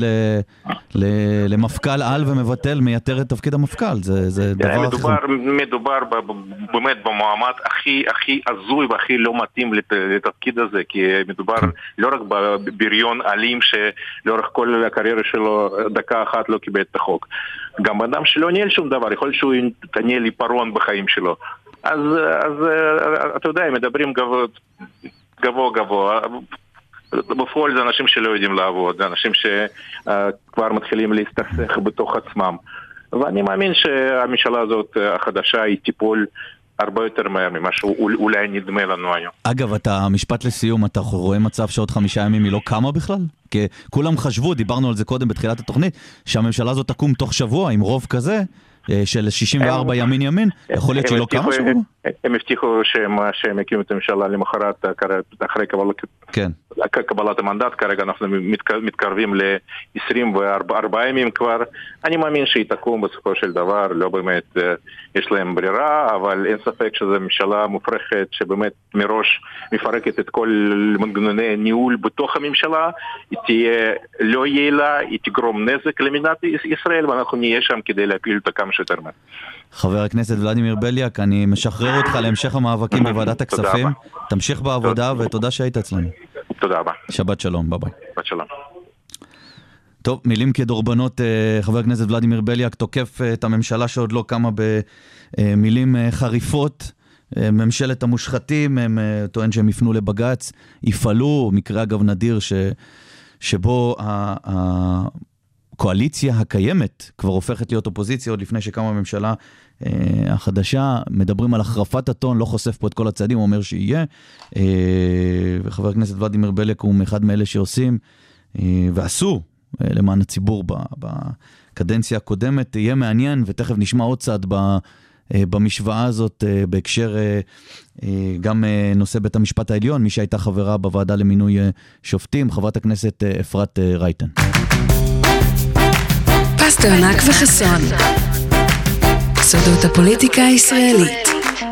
[SPEAKER 4] למפכ"ל על ומבטל, מייתר את תפקיד המפכ"ל. זה דבר אחר.
[SPEAKER 2] מדובר באמת במועמד הכי הכי עזוי והכי לא מתאים לתפקיד הזה, כי מדובר לא רק בבריון אלים שלאורך כל הקריירה שלו דקה אחת לא קיבל את החוק. גם אדם שלא ניהל שום דבר, יכול להיות שהוא ניהל עיפרון בחיים שלו. אז אתה יודע, מדברים גבוה גבוה גבוה. בפועל זה אנשים שלא יודעים לעבוד, זה אנשים שכבר מתחילים להסתכסך בתוך עצמם. ואני מאמין שהממשלה הזאת החדשה היא טיפול הרבה יותר מהר ממה שאולי נדמה לנו היום.
[SPEAKER 4] אגב, אתה, משפט לסיום, אתה רואה מצב שעוד חמישה ימים היא לא קמה בכלל? כי כולם חשבו, דיברנו על זה קודם בתחילת התוכנית, שהממשלה הזאת תקום תוך שבוע עם רוב כזה, של שישים וארבע ימין ימין, יכול להיות שהיא לא קמה שבוע?
[SPEAKER 2] הם הבטיחו שהם יקימו את הממשלה למחרת אחרי קבלת המנדט, כרגע אנחנו מתקרבים ל-עשרים וארבעה ימים כבר. אני מאמין שהיא תקום בסופו של דבר, לא באמת יש להם ברירה, אבל אין ספק שזו ממשלה מופרכת שבאמת מראש מפרקת את כל מנגנוני ניהול בתוך הממשלה, היא תהיה לא יעילה, היא תגרום נזק למדינת ישראל, ואנחנו נהיה שם כדי להפיל אותה כמה שיותר מהר.
[SPEAKER 4] חבר הכנסת ולדימיר בליאק, אני משחרר אותך להמשך המאבקים בוועדת הכספים. תמשיך בעבודה ותודה שהיית אצלנו.
[SPEAKER 2] תודה רבה.
[SPEAKER 4] שבת שלום, ביי ביי.
[SPEAKER 2] שבת שלום.
[SPEAKER 4] טוב, מילים כדורבנות, חבר הכנסת ולדימיר בליאק תוקף את הממשלה שעוד לא קמה במילים חריפות. ממשלת המושחתים, הם טוען שהם יפנו לבגץ, יפעלו, מקרה אגב נדיר ש, שבו ה... הקואליציה הקיימת כבר הופכת להיות אופוזיציה עוד לפני שקמה הממשלה אה, החדשה. מדברים על החרפת הטון, לא חושף פה את כל הצעדים, הוא אומר שיהיה, אה, וחבר הכנסת ולדימיר בליאק הוא אחד מאלה שעושים אה, ועשו אה, למען הציבור בקדנציה הקודמת. יהיה מעניין ותכף נשמע עוד צעד ב, אה, במשוואה הזאת אה, בהקשר אה, אה, גם אה, נושא בית המשפט העליון, מי שהייתה חברה בוועדה למינוי אה, שופטים, חברת הכנסת אה, אפרת אה, רייטן.
[SPEAKER 3] פסטרנק וחסון, סודות הפוליטיקה הישראלית.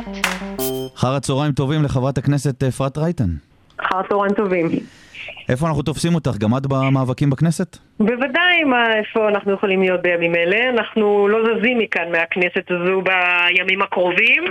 [SPEAKER 4] אחר הצהריים טובים לחברת הכנסת אפרת רייטן.
[SPEAKER 6] אחר הצהריים טובים.
[SPEAKER 4] איפה אנחנו תופסים אותך? גם את במאבקים בכנסת?
[SPEAKER 6] בוודאי, מה, איפה אנחנו יכולים להיות בימים אלה? אנחנו לא זזים מכאן מהכנסת הזו בימים הקרובים.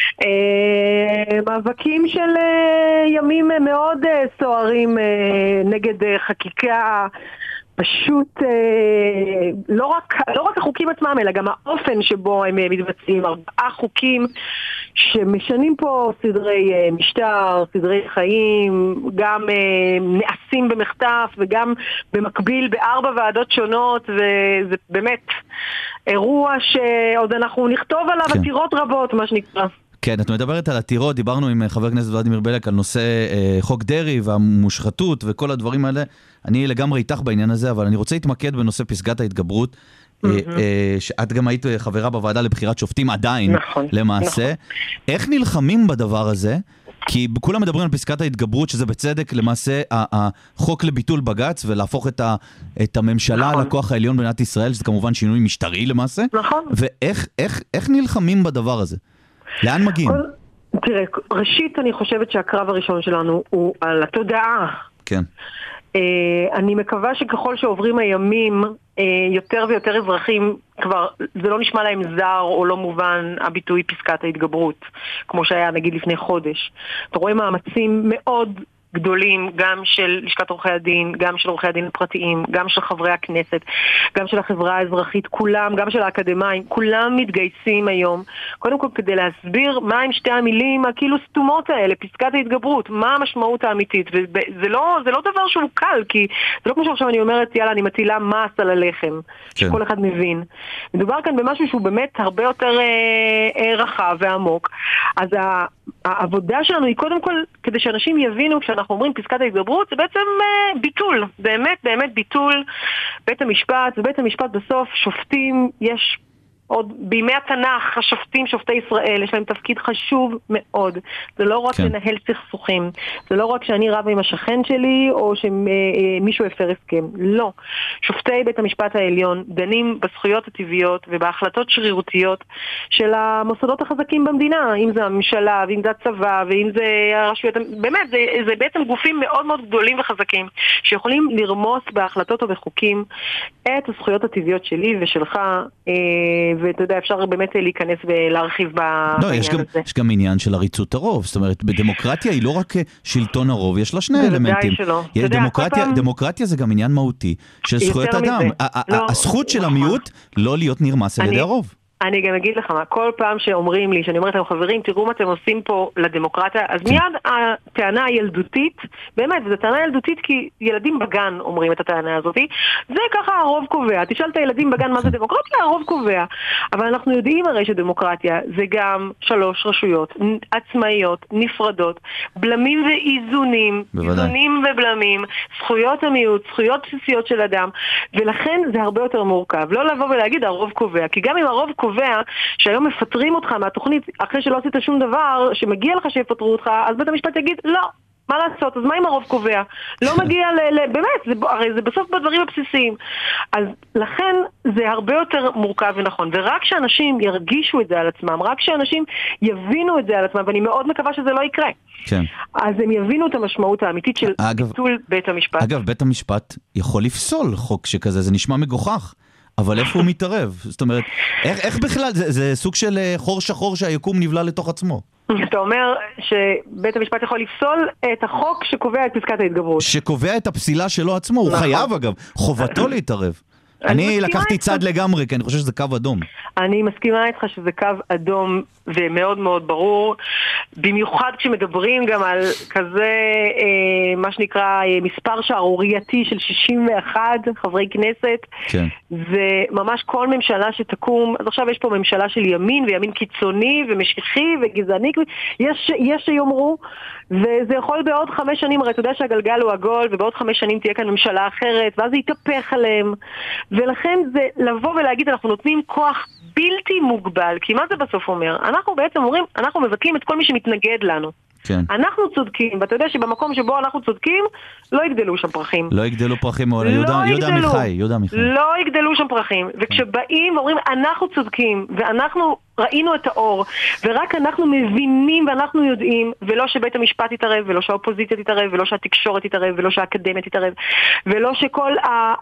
[SPEAKER 6] אה, מאבקים של אה, ימים מאוד אה, סוערים אה, נגד אה, חקיקה, פשוט אה, לא רק, לא רק החוקים עצמם, אלא גם האופן שבו הם מתבצעים. ארבעה חוקים שמשנים פה סדרי אה, משטר, סדרי חיים, גם אה, נעשים במחטף וגם במקביל בארבע ועדות שונות, וזה באמת אירוע שעוד אנחנו נכתוב עליו כן. עתירות רבות, מה שנקרא.
[SPEAKER 4] כן, את מדברת על עתירות, דיברנו עם חבר הכנסת ולדימיר בליאק על נושא אה, חוק דרעי והמושחתות וכל הדברים האלה. אני לגמרי איתך בעניין הזה, אבל אני רוצה להתמקד בנושא פסגת ההתגברות, mm-hmm. אה, אה, שאת גם היית חברה בוועדה לבחירת שופטים עדיין,
[SPEAKER 6] נכון,
[SPEAKER 4] למעשה. נכון. איך נלחמים בדבר הזה? כי כולם מדברים על פסקת ההתגברות, שזה בצדק למעשה החוק לביטול בגץ, ולהפוך את, ה, את הממשלה נכון. לכוח העליון במדינת ישראל, שזה כמובן שינוי משטרי למעשה.
[SPEAKER 6] נכון.
[SPEAKER 4] ואיך איך, איך נלחמים בדבר הזה? לאן מגיעים?
[SPEAKER 6] תראה, ראשית אני חושבת שהקרב הראשון שלנו הוא על התודעה.
[SPEAKER 4] כן.
[SPEAKER 6] אני מקווה שככל שעוברים הימים, יותר ויותר אזרחים, כבר זה לא נשמע להם זר או לא מובן הביטוי פסקת ההתגברות, כמו שהיה נגיד לפני חודש. אתה רואה מאמצים מאוד גדולים, גם של לשכת עורכי הדין, גם של עורכי הדין הפרטיים, גם של חברי הכנסת, גם של החברה האזרחית, כולם, גם של האקדמיים, כולם מתגייסים היום, קודם כל כדי להסביר מה עם שתי המילים הכאילו סתומות האלה, פסקת ההתגברות, מה המשמעות האמיתית, וזה לא, זה לא דבר שהוא קל, כי זה לא כמו שעכשיו אני אומרת, יאללה, אני מטילה מס על הלחם, כן. שכל אחד מבין. מדובר כאן במשהו שהוא באמת הרבה יותר אה, אה, רחב ועמוק, אז ה... העבודה שלנו היא קודם כל כדי שאנשים יבינו כשאנחנו אומרים פסקת ההתגברות זה בעצם uh, ביטול, באמת באמת ביטול בית המשפט. ובית המשפט בסוף שופטים יש עוד בימי התנ"ך, השופטים, שופטי ישראל, יש להם תפקיד חשוב מאוד. זה לא רק כן. לנהל סכסוכים. זה לא רק שאני רב עם השכן שלי, או שמישהו הפר הסכם. לא. שופטי בית המשפט העליון דנים בזכויות הטבעיות ובהחלטות שרירותיות של המוסדות החזקים במדינה, אם זה הממשלה, ואם זה הצבא, ואם זה הרשויות. באמת, זה, זה בעצם גופים מאוד מאוד גדולים וחזקים, שיכולים לרמוס בהחלטות ובחוקים את הזכויות הטבעיות שלי ושלך, ואתה יודע, אפשר באמת להיכנס ולהרחיב בעניין
[SPEAKER 4] לא, יש גם,
[SPEAKER 6] הזה.
[SPEAKER 4] יש גם עניין של עריצות הרוב, זאת אומרת, בדמוקרטיה היא לא רק שלטון הרוב, יש לה שני אלמנטים. יש דמוקרטיה, פעם... דמוקרטיה זה גם עניין מהותי של זכויות אדם. לא, הזכות של המיעוט לא להיות נרמס על ידי הרוב.
[SPEAKER 6] אני גם אגיד לך מה, כל פעם שאומרים לי, שאני אומרת להם חברים, תראו מה אתם עושים פה לדמוקרטיה, אז מיד הטענה הילדותית, באמת, זו טענה ילדותית כי ילדים בגן אומרים את הטענה הזאת, זה ככה הרוב קובע, תשאל את הילדים בגן מה זה דמוקרטיה, הרוב קובע, אבל אנחנו יודעים הרי שדמוקרטיה זה גם שלוש רשויות, עצמאיות, נפרדות, בלמים ואיזונים, בוודאי. איזונים ובלמים, זכויות המיעוט, זכויות בסיסיות של אדם, ולכן זה הרבה יותר מורכב, לא לבוא ולהגיד הרוב קובע, כי גם אם הרוב קובע, קובע שהיום מפטרים אותך מהתוכנית אחרי שלא עשית שום דבר, שמגיע לך שיפטרו אותך, אז בית המשפט יגיד, לא, מה לעשות? אז מה אם הרוב קובע? לא מגיע ל... ל באמת, זה, הרי זה בסוף בדברים הבסיסיים. אז לכן זה הרבה יותר מורכב ונכון. ורק שאנשים ירגישו את זה על עצמם, רק שאנשים יבינו את זה על עצמם, ואני מאוד מקווה שזה לא יקרה.
[SPEAKER 4] כן.
[SPEAKER 6] אז הם יבינו את המשמעות האמיתית של ביטול בית המשפט.
[SPEAKER 4] אגב, בית המשפט יכול לפסול חוק שכזה, זה נשמע מגוחך. אבל איפה הוא מתערב? זאת אומרת, איך, איך בכלל? זה, זה סוג של חור שחור שהיקום נבלה לתוך עצמו.
[SPEAKER 6] אתה אומר שבית המשפט יכול לפסול את החוק שקובע את פסקת ההתגברות.
[SPEAKER 4] שקובע את הפסילה שלו עצמו, הוא חייב אגב, חובתו להתערב. אני לקחתי צד לגמרי, כי אני חושב שזה קו אדום.
[SPEAKER 6] אני מסכימה איתך שזה קו אדום ומאוד מאוד ברור, במיוחד כשמדברים גם על כזה, אה, מה שנקרא, אה, מספר שערורייתי של שישים ואחת חברי כנסת. כן. וממש כל ממשלה שתקום, אז עכשיו יש פה ממשלה של ימין וימין קיצוני ומשיחי וגזעני, יש, יש שיאמרו, וזה יכול בעוד חמש שנים, הרי אתה יודע שהגלגל הוא עגול, ובעוד חמש שנים תהיה כאן ממשלה אחרת, ואז זה יתהפך עליהם. ולכן זה לבוא ולהגיד, אנחנו נותנים כוח בלתי מוגבל, כי מה זה בסוף אומר? אנחנו בעצם אומרים, אנחנו מבטלים את כל מי שמתנגד לנו. כן. אנחנו צודקים, ואתה יודע שבמקום שבו אנחנו צודקים, לא יגדלו שם פרחים.
[SPEAKER 4] לא יגדלו פרחים, לא יהודה, יהודה עמיחי, יהודה עמיחי.
[SPEAKER 6] לא יגדלו שם פרחים. כן. וכשבאים ואומרים, אנחנו צודקים, ואנחנו ראינו את האור, ורק אנחנו מבינים ואנחנו יודעים, ולא שבית המשפט יתערב, ולא שהאופוזיציה תתערב, ולא שהתקשורת תתערב, ולא שהאקדמיה תתערב, ולא שכל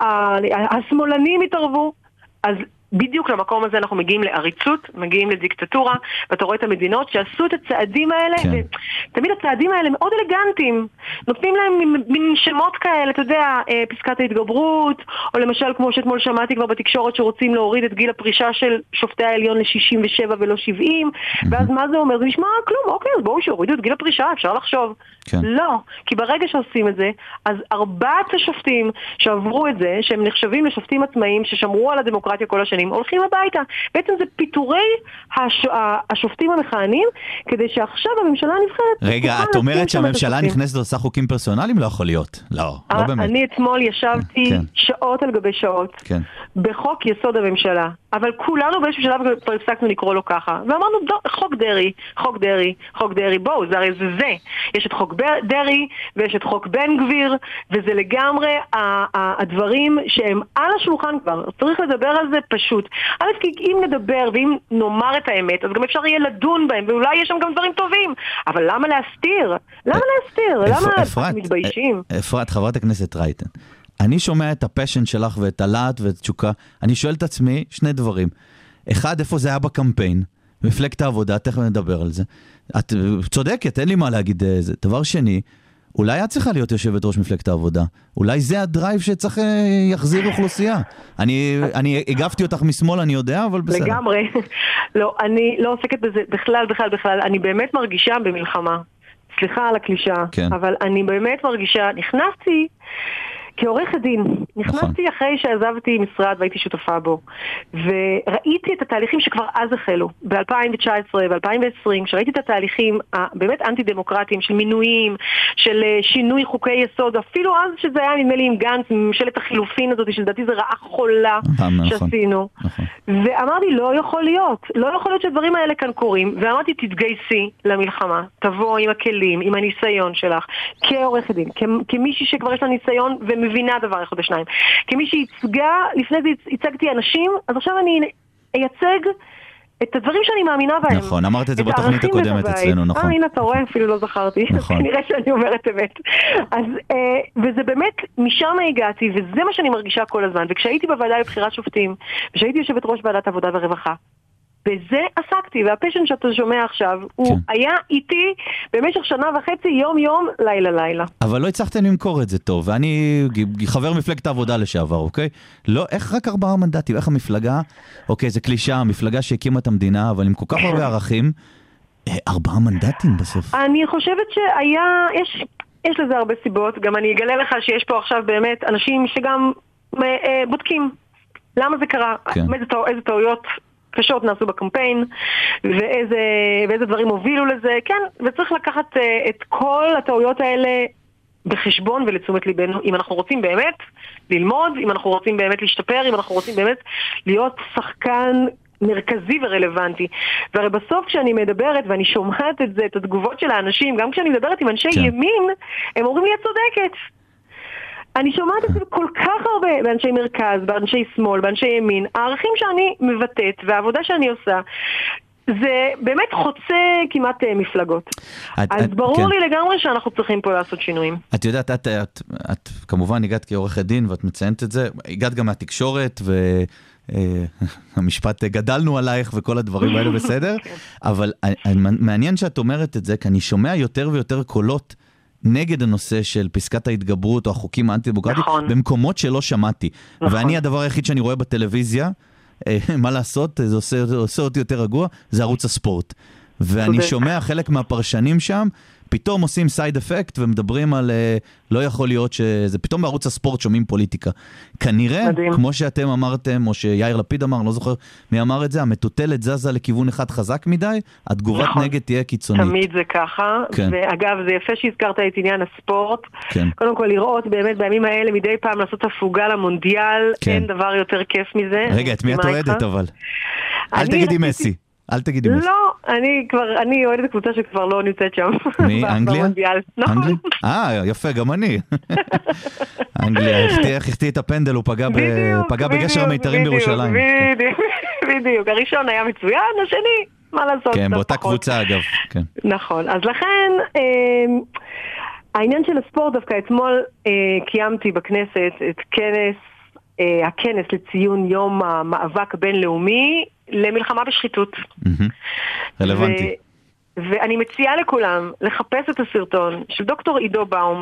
[SPEAKER 6] השמאלנים יתערבו, אז בדיוק למקום הזה אנחנו מגיעים לעריצות, מגיעים לדיקטטורה, ואתה רואה את המדינות שעשו את הצעדים האלה, כן. ותמיד הצעדים האלה מאוד אלגנטיים, נותנים להם מין שמות כאלה, אתה יודע, פסקת ההתגברות, או למשל כמו שאתמול שמעתי כבר בתקשורת שרוצים להוריד את גיל הפרישה של שופטי העליון ל-שישים ושבע ולא שבעים, mm-hmm. ואז מה זה אומר? זה נשמע כלום, אוקיי, אז בואו שיורידו את גיל הפרישה, אפשר לחשוב. כן. לא, כי ברגע שעושים את זה, אז ארבעת השופטים שעברו את זה, שהם נחשבים לשופטים עצמאיים, ששמרו על הדמוקרטיה כל השנים, הולכים הביתה. בעצם זה פיטורי הש... השופטים המכהנים, כדי שעכשיו הממשלה נבחרת...
[SPEAKER 4] רגע, את אומרת שהממשלה נכנסת ועושה חוקים פרסונליים? לא יכול להיות. לא, לא באמת.
[SPEAKER 6] אני אתמול ישבתי כן. שעות על גבי שעות, כן. בחוק יסוד הממשלה, אבל כולנו באיזשהו שלב כבר הפסקנו לקרוא לו ככה, ואמרנו, חוק דרי, חוק דרי, חוק דרי, בואו, זה הרי זה זה. יש את חוק דרי, ויש את חוק בן גביר, וזה לגמרי הדברים שהם על השולחן כבר. צריך לדבר על זה פשוט. א', כי אם נדבר ואם נאמר את האמת, אז גם אפשר יהיה לדון בהם, ואולי יש שם גם דברים טובים. אבל למה להסתיר? למה להסתיר? למה מתביישים?
[SPEAKER 4] אפרת, חברת הכנסת רייטן, אני שומע את הפשן שלך ואת הלהט ואת תשוקה. אני שואל את עצמי שני דברים. אחד, איפה זה היה בקמפיין? מפלגת העבודה, תכף נדבר על זה. את צודקת, אין לי מה להגיד זה. דבר שני, אולי את צריכה להיות יושבת ראש מפלגת העבודה. אולי זה הדרייב שצריך יחזיר אוכלוסייה. אני, אני הגפתי אותך משמאל, אני יודע, אבל בסדר.
[SPEAKER 6] לגמרי. לא, אני לא עוסקת בזה בכלל, בכלל, בכלל. אני באמת מרגישה במלחמה. סליחה על הקלישה. כן. אבל אני באמת מרגישה, נכנסתי כעורכת דין, נכנסתי אחרי שעזבתי משרד והייתי שותפה בו, וראיתי את התהליכים שכבר אז החלו, ב-אלפיים תשע עשרה ו-אלפיים עשרים, כשראיתי את התהליכים הבאמת אנטי-דמוקרטיים של מינויים, של שינוי חוקי יסוד, אפילו אז שזה היה נדמה לי עם גנץ, ממשלת החילופין הזאת, שלדעתי זה רעה חולה שעשינו. ואמרתי, לא יכול להיות, לא יכול להיות שהדברים האלה כאן קורים, ואמרתי, תתגייסי למלחמה, תבוא עם הכלים, עם הניסיון שלך, כעורך דין, כמישהי שכבר יש לה ניסיון ומבינה דבר אחד ושניים, כמי שהצגה, לפני זה הצגתי אנשים, אז עכשיו אני אייצג את הדברים שאני מאמינה בהם.
[SPEAKER 4] נכון, אמרת את זה בתוכנית הקודמת אצלנו, נכון.
[SPEAKER 6] אה, הנה, אתה רואה, אפילו לא זכרתי. נכון. נראה שאני אומרת אמת. אז, וזה באמת, משם הגעתי, וזה מה שאני מרגישה כל הזמן. וכשהייתי בוועדה לבחירת שופטים, וכשהייתי יושבת ראש ועדת עבודה ורווחה, בזה עסקתי, והפשן שאתה שומע עכשיו, הוא כן. היה איתי במשך שנה וחצי, יום יום, לילה לילה.
[SPEAKER 4] אבל לא הצלחתם למכור את זה טוב, ואני חבר מפלגת העבודה לשעבר, אוקיי? לא, איך רק ארבעה מנדטים, איך המפלגה, אוקיי, זה קלישה, המפלגה שהקימה את המדינה, אבל עם כל כך הרבה ערכים, ארבעה מנדטים בסוף.
[SPEAKER 6] אני חושבת שהיה, יש, יש לזה הרבה סיבות, גם אני אגלה לך שיש פה עכשיו באמת אנשים שגם אה, בודקים למה זה קרה, כן. איזה, איזה טעויות קשות נעשו בקמפיין, ואיזה, ואיזה דברים הובילו לזה, כן, וצריך לקחת uh, את כל הטעויות האלה בחשבון ולתשומת ליבנו, אם אנחנו רוצים באמת ללמוד, אם אנחנו רוצים באמת להשתפר, אם אנחנו רוצים באמת להיות שחקן מרכזי ורלוונטי. והרי בסוף כשאני מדברת, ואני שומעת את זה, את התגובות של האנשים, גם כשאני מדברת עם אנשי כן. ימין, הם אומרים לי, את צודקת. אני שומעת את זה כל כך הרבה באנשי מרכז, באנשי שמאל, באנשי ימין. הערכים שאני מבטאת והעבודה שאני עושה, זה באמת חוצה כמעט מפלגות. את, אז את, ברור כן. לי לגמרי שאנחנו צריכים פה לעשות שינויים.
[SPEAKER 4] את יודעת, את, את, את כמובן הגעת כעורכת דין ואת מציינת את זה, הגעת גם מהתקשורת והמשפט גדלנו עלייך וכל הדברים האלה בסדר, אבל מעניין שאת אומרת את זה, כי אני שומע יותר ויותר קולות נגד הנושא של פסקת ההתגברות או החוקים האנטי-דמוקרטיים, נכון. במקומות שלא שמעתי. נכון. ואני הדבר היחיד שאני רואה בטלוויזיה, אה, מה לעשות, זה עושה, עושה אותי יותר רגוע, זה ערוץ הספורט. ואני שומע חלק מהפרשנים שם, פתאום עושים סייד אפקט ומדברים על uh, לא יכול להיות שזה, פתאום בערוץ הספורט שומעים פוליטיקה. כנראה, מדהים. כמו שאתם אמרתם, או שיאיר לפיד אמר, לא זוכר מי אמר את זה, המטוטלת זזה לכיוון אחד חזק מדי, התגובת נכון. נגד תהיה קיצונית.
[SPEAKER 6] תמיד זה ככה, כן. ואגב, זה יפה שהזכרת את עניין הספורט. כן. קודם כל לראות באמת בימים האלה מדי פעם לעשות הפוגה למונדיאל, כן. אין דבר יותר כיף מזה.
[SPEAKER 4] רגע, את מי את אוהדת אבל? אל תגידי מסי. אל תגידי מסי.
[SPEAKER 6] לא, אני כבר, אני אוהדת קבוצה שכבר לא נמצאת שם.
[SPEAKER 4] מי? אנגליה? אנגליה? אה, יפה, גם אני. אנגליה, איך החטיא את הפנדל, הוא פגע בגשר המיתרים בירושלים.
[SPEAKER 6] בדיוק, בדיוק. הראשון היה מצוין, השני, מה לעשות?
[SPEAKER 4] כן, באותה קבוצה אגב.
[SPEAKER 6] נכון, אז לכן, העניין של הספורט דווקא אתמול קיימתי בכנסת את כנס, הכנס לציון יום המאבק בינלאומי, למלחמה בשחיתות.
[SPEAKER 4] רלוונטי.
[SPEAKER 6] ואני מציעה לכולם לחפש את הסרטון של דוקטור עידו באום,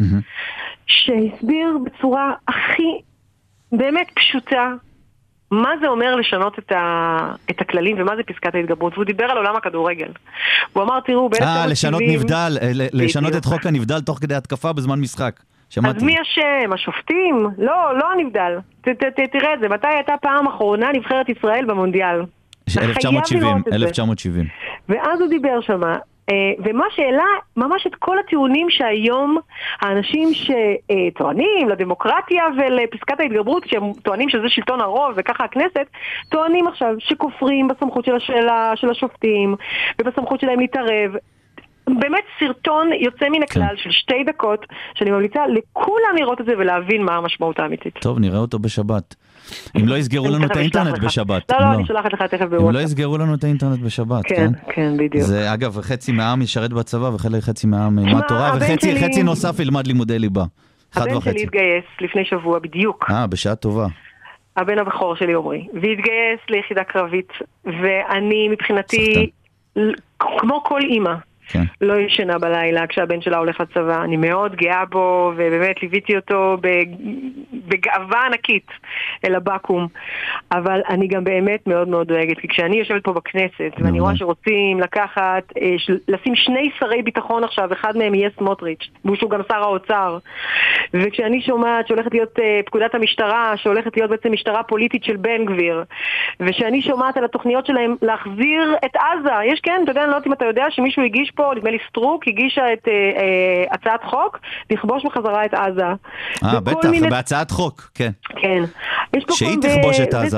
[SPEAKER 6] שהסביר בצורה הכי באמת פשוטה מה זה אומר לשנות את, ה... את הכללים ומה זה פסקת ההתגברות, והוא דיבר על עולם הכדורגל. הוא אמר, תראו,
[SPEAKER 4] אה, לשנות נבדל, לשנות את חוק הנבדל תוך כדי התקפה בזמן משחק. שמעתי.
[SPEAKER 6] אז מי השם? השופטים? לא, לא הנבדל. ת, ת, ת, תראה את זה, מתי הייתה פעם אחרונה נבחרת ישראל במונדיאל?
[SPEAKER 4] אלף תשע מאות שבעים, אלף תשע מאות שבעים.
[SPEAKER 6] ואז הוא דיבר שמה, ומה שאלה, ממש את כל הטיעונים שהיום האנשים שטוענים לדמוקרטיה ולפסקת ההתגברות, שהם טוענים שזה שלטון הרוב וככה הכנסת, טוענים עכשיו שכופרים בסמכות של השאלה, של השופטים ובסמכות שלהם להתערב. באמת סרטון יוצא מן הכלל של שתי דקות, שאני ממליצה לכולם לראות את זה ולהבין מה המשמעות האמיתית.
[SPEAKER 4] טוב, נראה אותו בשבת. אם לא יסגרו לנו את האינטרנט בשבת.
[SPEAKER 6] לא, לא, אני שולחת לך תכף בוואטסאפ.
[SPEAKER 4] אם לא יסגרו לנו את האינטרנט בשבת, כן?
[SPEAKER 6] כן, בדיוק.
[SPEAKER 4] זה, אגב, חצי מהעם ישרת בצבא, וחצי מהעם ילמד תורה, וחצי נוסף ילמד לימודי ליבה.
[SPEAKER 6] הבן שלי התגייס לפני שבוע בדיוק.
[SPEAKER 4] אה, בשעה טובה.
[SPEAKER 6] הבן הבכור שלי עומרי. והתגייס ליחידה קרבית, ואני מבחינתי, כמו כל אימא, כן. לא ישנה בלילה כשהבן שלה הולך לצבא. אני מאוד גאה בו, ובאמת ליוויתי אותו בגאווה ענקית אל הבקום. אבל אני גם באמת מאוד מאוד דואגת, כי כשאני יושבת פה בכנסת, ואני רואה שרוצים לקחת, לשים שני שרי ביטחון עכשיו, אחד מהם יהיה סמוטריץ', שהוא גם שר האוצר. וכשאני שומעת שהולכת להיות פקודת המשטרה, שהולכת להיות בעצם משטרה פוליטית של בן גביר, ושאני שומעת על התוכניות שלהם להחזיר את עזה, יש כן, אתה יודע, אני לא יודעת אם אתה יודע שמישהו הגיש פה, נדמה לי סטרוק, הגישה את אה, אה, הצעת חוק, לכבוש בחזרה את עזה.
[SPEAKER 4] אה, בטח, מיני... בהצעת חוק, כן.
[SPEAKER 6] כן.
[SPEAKER 4] שהיא תכבוש ב... את עזה.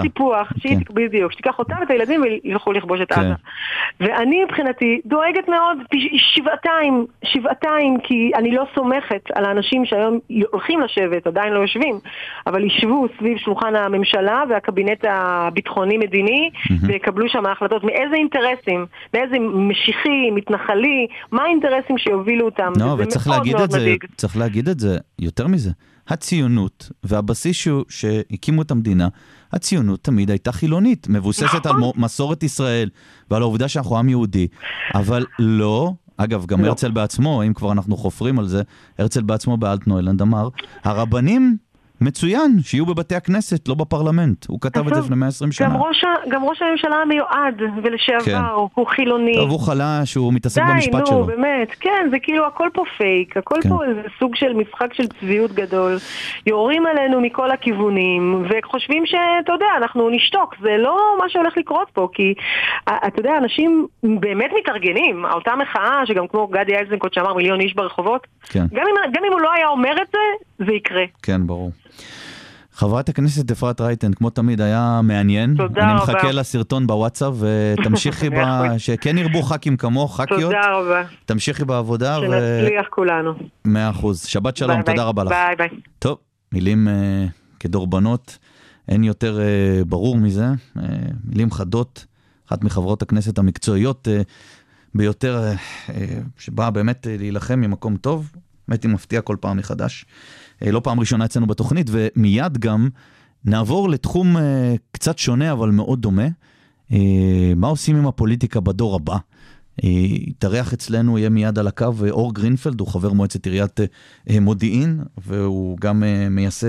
[SPEAKER 6] סיפוח, בדיוק, שתיקח אותה ואת הילדים וילכו לכבוש את עזה. ואני מבחינתי דואגת מאוד שבעתיים, שבעתיים, כי אני לא סומכת על האנשים שהיום הולכים לשבת, עדיין לא יושבים, אבל ישבו סביב שולחן הממשלה והקבינט הביטחוני-מדיני, ויקבלו שם החלטות מאיזה אינטרסים, מאיזה משיחי, מתנחלי, מה האינטרסים שיובילו אותם.
[SPEAKER 4] לא, וצריך להגיד את זה, צריך להגיד את זה יותר מזה. הציונות והבסיס שהקימו את המדינה, הציונות תמיד הייתה חילונית, מבוססת על מסורת ישראל ועל העובדה שאנחנו עם יהודי, אבל לא, אגב, גם הרצל בעצמו, אם כבר אנחנו חופרים על זה, הרצל בעצמו באלטנוילנד אמר, הרבנים מצוין, שיהיו בבתי הכנסת, לא בפרלמנט. הוא כתב את זה לפני מאה ועשרים שנה.
[SPEAKER 6] גם ראש, גם ראש הממשלה המיועד ולשעבר, כן. הוא חילוני.
[SPEAKER 4] טוב, הוא חלש, הוא מתעסק
[SPEAKER 6] די,
[SPEAKER 4] במשפט
[SPEAKER 6] נו,
[SPEAKER 4] שלו.
[SPEAKER 6] באמת, כן, זה כאילו הכל פה פייק, הכל כן. פה איזה סוג של משחק של צביעות גדול. יורים עלינו מכל הכיוונים, וחושבים שאתה יודע, אנחנו נשתוק. זה לא מה שהולך לקרות פה, כי אתה יודע, אנשים באמת מתארגנים. אותה מחאה, שגם כמו גדי איזנקוט שאמר מיליון איש ברחובות, כן. גם אם, גם אם הוא לא היה אומר את זה, זה יקרה.
[SPEAKER 4] כן, ברור. חברת הכנסת אפרת רייטן, כמו תמיד, היה מעניין.
[SPEAKER 6] תודה
[SPEAKER 4] אני
[SPEAKER 6] רבה.
[SPEAKER 4] מחכה לסרטון בוואטסאפ, ותמשיכי ב... שכן ירבו ח"כים כמוך, ח"כיות.
[SPEAKER 6] תודה רבה.
[SPEAKER 4] תמשיכי בעבודה.
[SPEAKER 6] שנצליח ו... כולנו.
[SPEAKER 4] מאה אחוז. שבת שלום,
[SPEAKER 6] ביי,
[SPEAKER 4] תודה
[SPEAKER 6] ביי.
[SPEAKER 4] רבה לך.
[SPEAKER 6] ביי ביי.
[SPEAKER 4] טוב, מילים uh, כדורבנות, אין יותר uh, ברור מזה. Uh, מילים חדות, אחת מחברות הכנסת המקצועיות uh, ביותר, uh, uh, שבאה באמת uh, להילחם ממקום טוב, באמת היא מפתיעה כל פעם מחדש. לא פעם ראשונה אצלנו בתוכנית, ומיד גם נעבור לתחום קצת שונה, אבל מאוד דומה. מה עושים עם הפוליטיקה בדור הבא? יתארח אצלנו, יהיה מיד על הקו, אור גרינפלד, הוא חבר מועצת עיריית מודיעין, והוא גם מייסד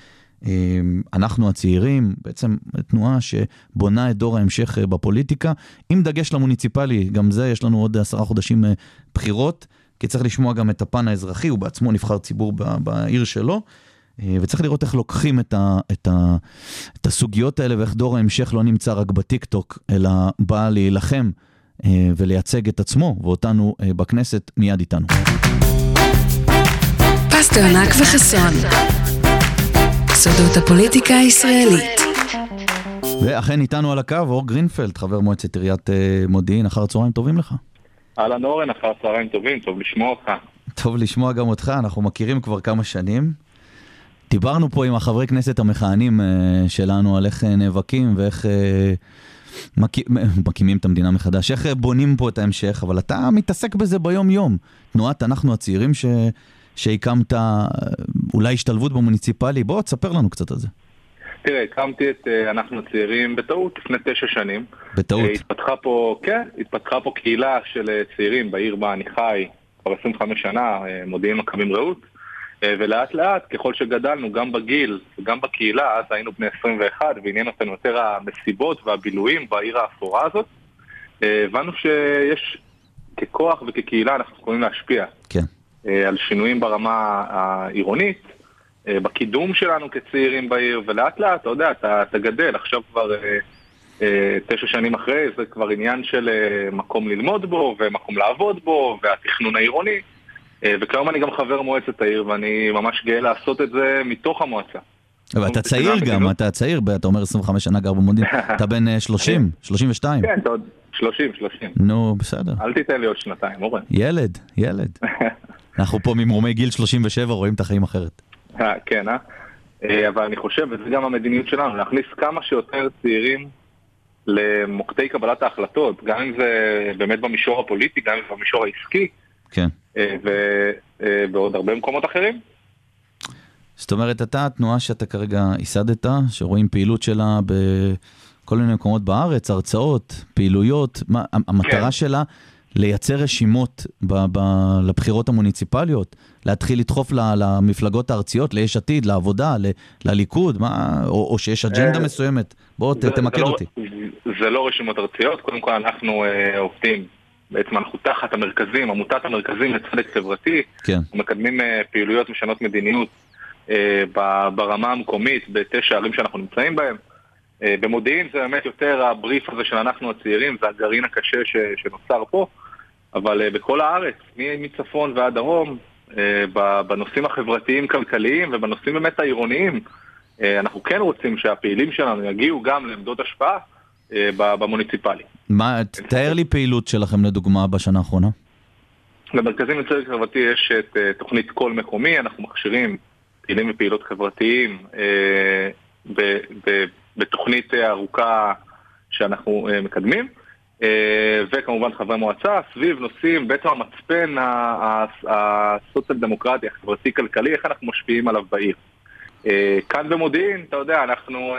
[SPEAKER 4] אנחנו הצעירים, בעצם תנועה שבונה את דור ההמשך בפוליטיקה, עם דגש למוניציפלי, גם זה יש לנו עוד עשרה חודשים בחירות, כי צריך לשמוע גם את הפן האזרחי, הוא בעצמו נבחר ציבור בעיר שלו, וצריך לראות איך לוקחים את, ה, את, ה, את הסוגיות האלה, ואיך דור ההמשך לא נמצא רק בטיק-טוק, אלא בא להילחם ולייצג את עצמו, ואותנו בכנסת מיד איתנו.
[SPEAKER 3] פסטרנק וחסון, סודות הפוליטיקה הישראלית.
[SPEAKER 4] ואכן איתנו על הקו, אור גרינפלד, חבר מועצת עיריית מודיעין, אחר צהריים טובים לך.
[SPEAKER 2] אהלן אורן, אחר צהריים טובים, טוב לשמוע אותך.
[SPEAKER 4] טוב לשמוע גם אותך, אנחנו מכירים כבר כמה שנים. דיברנו פה עם החברי כנסת המכהנים שלנו על איך נאבקים ואיך מקימים את המדינה מחדש, איך בונים פה את ההמשך, אבל אתה מתעסק בזה ביום יום. תנועת אנחנו הצעירים ש... שהקמת אולי השתלבות במוניציפלי, בוא תספר לנו קצת על זה.
[SPEAKER 2] תראה, הקמתי את אנחנו הצעירים בטעות לפני תשע שנים.
[SPEAKER 4] בטעות.
[SPEAKER 2] התפתחה פה, כן, התפתחה פה קהילה של צעירים בעיר בה אני חי כבר עשרים וחמש שנה, מודיעין מכבים רעות, ולאט לאט ככל שגדלנו גם בגיל וגם בקהילה, אז היינו בני עשרים ואחת ועניין אותנו יותר המסיבות והבילויים בעיר האפורה הזאת, הבנו שיש ככוח וכקהילה אנחנו יכולים להשפיע
[SPEAKER 4] כן.
[SPEAKER 2] על שינויים ברמה העירונית, בקידום שלנו כצעירים בעיר, ולאט לאט, אתה יודע, אתה, אתה גדל, עכשיו כבר אה, אה, תשע שנים אחרי, זה כבר עניין של אה, מקום ללמוד בו, ומקום לעבוד בו, והתכנון העירוני, אה, וכיום אני גם חבר מועצת העיר, ואני ממש גאה לעשות את זה מתוך המועצה.
[SPEAKER 4] אבל אתה צעיר גם, אתה צעיר, אתה אומר עשרים וחמש שנה גר במודיעין, אתה בן שלושים, שלושים ושתיים.
[SPEAKER 2] כן, אתה עוד שלושים, שלושים.
[SPEAKER 4] נו, בסדר.
[SPEAKER 2] אל תיתן לי עוד שנתיים, אורן.
[SPEAKER 4] ילד, ילד. אנחנו פה ממרומי גיל שלושים ושבע רואים את החיים אחרת.
[SPEAKER 2] כן, אה? אבל אני חושב, וזה גם המדיניות שלנו, להכניס כמה שיותר צעירים למוקדי קבלת ההחלטות, גם אם זה באמת במישור הפוליטי, גם אם זה במישור העסקי,
[SPEAKER 4] כן.
[SPEAKER 2] ובעוד הרבה מקומות אחרים.
[SPEAKER 4] זאת אומרת, אתה התנועה שאתה כרגע ייסדת, שרואים פעילות שלה בכל מיני מקומות בארץ, הרצאות, פעילויות, מה, המטרה כן. שלה לייצר רשימות ב- ב- לבחירות המוניציפליות, להתחיל לדחוף ל- למפלגות הארציות, ליש עתיד, לעבודה, ל- לליכוד, מה, או, או שיש אג'נדה מסוימת. בוא ת- תמקד אותי.
[SPEAKER 2] זה לא רשימות ארציות, קודם כל אנחנו אה, עובדים, בעצם אנחנו תחת המרכזים, עמותת המרכזים לצדק חברתי,
[SPEAKER 4] כן.
[SPEAKER 2] מקדמים אה, פעילויות משנות מדיניות אה, ברמה המקומית, בתשע ערים שאנחנו נמצאים בהם. אה, במודיעין זה באמת יותר הבריף הזה של אנחנו הצעירים, זה הגרעין הקשה ש, שנוצר פה, אבל אה, בכל הארץ, מצפון ועד דרום, אה, בנושאים החברתיים כלכליים ובנושאים באמת העירוניים, אנחנו כן רוצים שהפעילים שלנו יגיעו גם לעמדות השפעה במוניציפלי.
[SPEAKER 4] מה, תאר לי פעילות שלכם לדוגמה בשנה האחרונה.
[SPEAKER 2] למרכזים לצדק חברתי יש את תוכנית כל מקומי, אנחנו מכשירים פעילים ופעילות חברתיים בתוכנית ארוכה שאנחנו מקדמים, וכמובן חברי מועצה, סביב נושאים, בעצם המצפן הסוציאל דמוקרטי, החברתי-כלכלי, איך אנחנו משפיעים עליו בעיר. כאן במודיעין, אתה יודע, אנחנו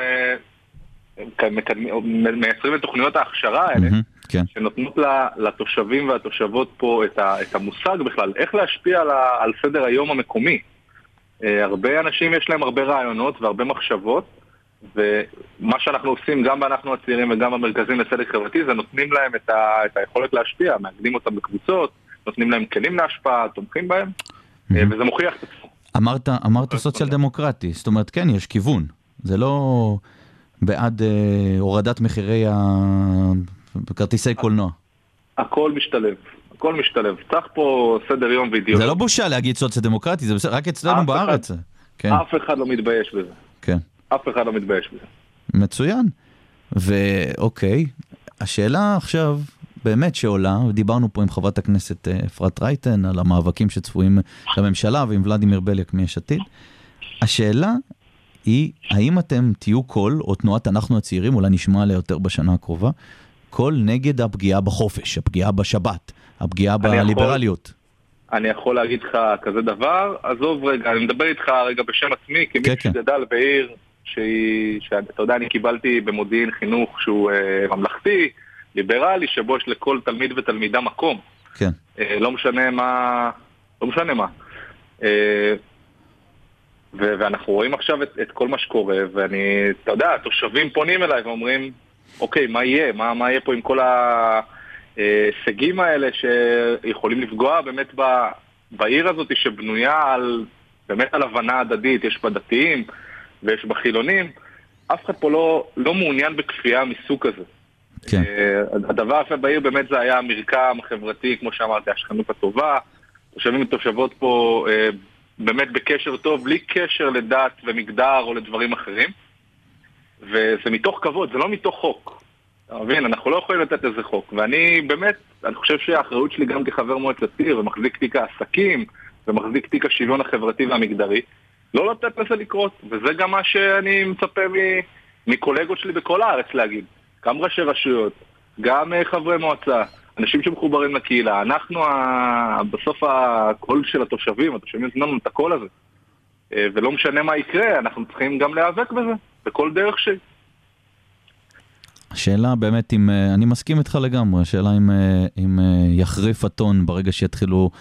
[SPEAKER 2] מייצרים את תוכניות ההכשרה האלה, שנותנות לתושבים והתושבות פה את המושג בכלל, איך להשפיע על סדר היום המקומי. הרבה אנשים יש להם הרבה רעיונות והרבה מחשבות, ומה שאנחנו עושים גם באנחנו הצעירים וגם במרכזים לצדק חברתי, זה נותנים להם את, ה, את היכולת להשפיע, מאגדים אותם בקבוצות, נותנים להם כלים להשפעה, תומכים בהם, mm-hmm. וזה מוכיח את עצמו.
[SPEAKER 4] אמרת, אמרת סוציאל דמוקרטי, זאת אומרת, כן, יש כיוון. זה לא בעד אה, הורדת מחירי הכרטיסי קולנוע.
[SPEAKER 2] הכל משתלב. הכל משתלב. צריך פה סדר יום ואידיאולוגיה.
[SPEAKER 4] זה לא בושה להגיד סוציאל דמוקרטי, זה בסדר, רק אצלנו בארץ.
[SPEAKER 2] כן. אף אחד לא מתבייש בזה.
[SPEAKER 4] כן.
[SPEAKER 2] אף אחד לא מתבייש בזה.
[SPEAKER 4] מצוין. ואוקיי, השאלה עכשיו באמת שעולה, דיברנו פה עם חברת הכנסת אפרת רייטן על המאבקים שצפויים לממשלה ועם ולדימיר בליאק מיש עתיד. השאלה היא, האם אתם תהיו קול, או תנועת אנחנו הצעירים, אולי נשמע עליה יותר בשנה הקרובה, קול נגד הפגיעה בחופש, הפגיעה בשבת, הפגיעה בליברליות?
[SPEAKER 2] אני יכול להגיד לך כזה דבר, עזוב רגע, אני מדבר איתך רגע בשם עצמי, כמי שגדל בעיר, שהיא, שאתה יודע, אני קיבלתי במודיעין חינוך שהוא אה, ממלכתי, ליברלי, שבו יש לכל תלמיד ותלמידה מקום.
[SPEAKER 4] כן.
[SPEAKER 2] אה, לא משנה מה, לא משנה מה. אה, ו- ואנחנו רואים עכשיו את, את כל מה שקורה, ואני, אתה יודע, התושבים פונים אליי ואומרים, אוקיי, מה יהיה? מה, מה יהיה פה עם כל ההישגים האלה שיכולים לפגוע באמת ב, בעיר הזאת שבנויה על, באמת על הבנה הדדית, יש בה דתיים, ויש בחילונים, אף אחד פה לא, לא מעוניין בכפייה מסוג כזה.
[SPEAKER 4] כן.
[SPEAKER 2] הדבר הזה בעיר באמת זה היה המרקם החברתי, כמו שאמרתי, השכנות הטובה, תושבים ותושבות פה באמת בקשר טוב, בלי קשר לדת ומגדר או לדברים אחרים, וזה מתוך כבוד, זה לא מתוך חוק. אתה מבין, אנחנו לא יכולים לתת איזה חוק, ואני באמת, אני חושב שהאחריות שלי גם כחבר מועצת עיר, ומחזיק תיק העסקים, ומחזיק תיק השוויון החברתי והמגדרי, לא לתת לזה לקרות, וזה גם מה שאני מצפה מקולגות שלי בכל הארץ להגיד. גם ראשי רשויות, גם חברי מועצה, אנשים שמחוברים לקהילה, אנחנו בסוף הקול של התושבים, התושבים נתנו לנו את הקול הזה. ולא משנה מה יקרה, אנחנו צריכים גם להיאבק בזה, בכל דרך שהיא.
[SPEAKER 4] השאלה באמת אם, אני מסכים איתך לגמרי, השאלה אם, אם יחריף הטון ברגע שיתחילו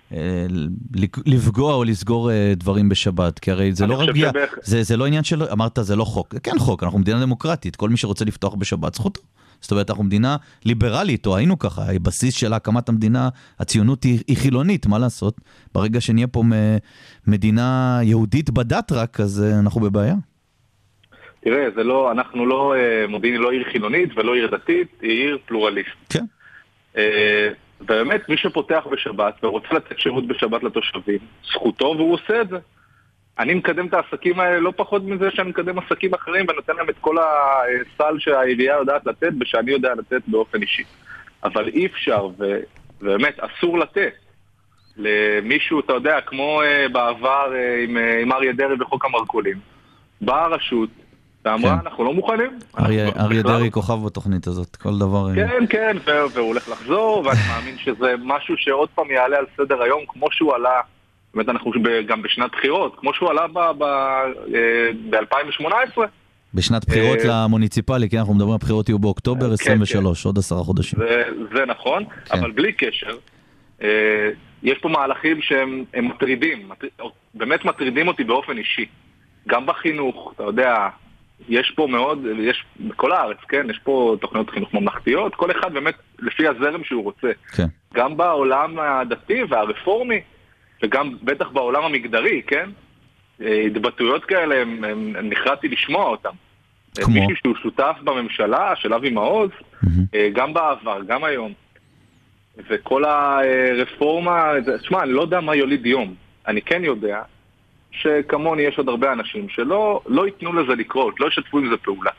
[SPEAKER 4] לפגוע או לסגור דברים בשבת, כי הרי זה לא רק פגיעה, זה, זה לא עניין של, אמרת זה לא חוק, כן חוק, אנחנו מדינה דמוקרטית, כל מי שרוצה לפתוח בשבת זכותו, זאת אומרת אנחנו מדינה ליברלית, או היינו ככה, הבסיס של הקמת המדינה, הציונות היא, היא חילונית, מה לעשות? ברגע שנהיה פה מדינה יהודית בדת רק, אז אנחנו בבעיה.
[SPEAKER 2] תראה, זה לא, אנחנו לא, מודיעין לא עיר חילונית ולא עיר דתית, היא עיר פלורליסט.
[SPEAKER 4] כן.
[SPEAKER 2] באמת, מי שפותח בשבת ורוצה לתת שירות בשבת לתושבים, זכותו והוא עושה את זה. אני מקדם את העסקים האלה לא פחות מזה שאני מקדם עסקים אחרים ונותן להם את כל הסל שהעירייה יודעת לתת ושאני יודע לתת באופן אישי. אבל אי אפשר, ובאמת אסור לתת למישהו, אתה יודע, כמו בעבר עם, עם אריה דרעי בחוק המרכולים. באה הרשות, ואמרה, אנחנו לא מוכנים.
[SPEAKER 4] אריה דרעי כוכב בתוכנית הזאת, כל דבר...
[SPEAKER 2] כן, כן, והוא הולך לחזור, ואני מאמין שזה משהו שעוד פעם יעלה על סדר היום, כמו שהוא עלה, באמת אנחנו גם בשנת בחירות, כמו שהוא עלה ב-אלפיים שמונה עשרה.
[SPEAKER 4] בשנת בחירות למוניציפלי, כי אנחנו מדברים על בחירות יהיו באוקטובר עשרים ושלוש, עוד עשרה חודשים.
[SPEAKER 2] זה נכון, אבל בלי קשר, יש פה מהלכים שהם מטרידים, באמת מטרידים אותי באופן אישי. גם בחינוך, אתה יודע, יש פה מאוד, יש בכל הארץ, כן? יש פה תוכניות חינוך ממלכתיות, כל אחד באמת לפי הזרם שהוא רוצה.
[SPEAKER 4] כן. גם
[SPEAKER 2] בעולם הדתי והרפורמי, וגם בטח בעולם המגדרי, כן? התבטאויות כאלה, הם, הם, הם נחרדתי לשמוע אותם. כמו? מישהו שהוא שותף בממשלה, של אבי מעוז, mm-hmm. גם בעבר, גם היום. וכל הרפורמה, תשמע, אני לא יודע מה יוליד יום. אני כן יודע שכמוני יש עוד הרבה אנשים שלא לא ייתנו לזה לקרות, לא ישתפו עם זה פעולה.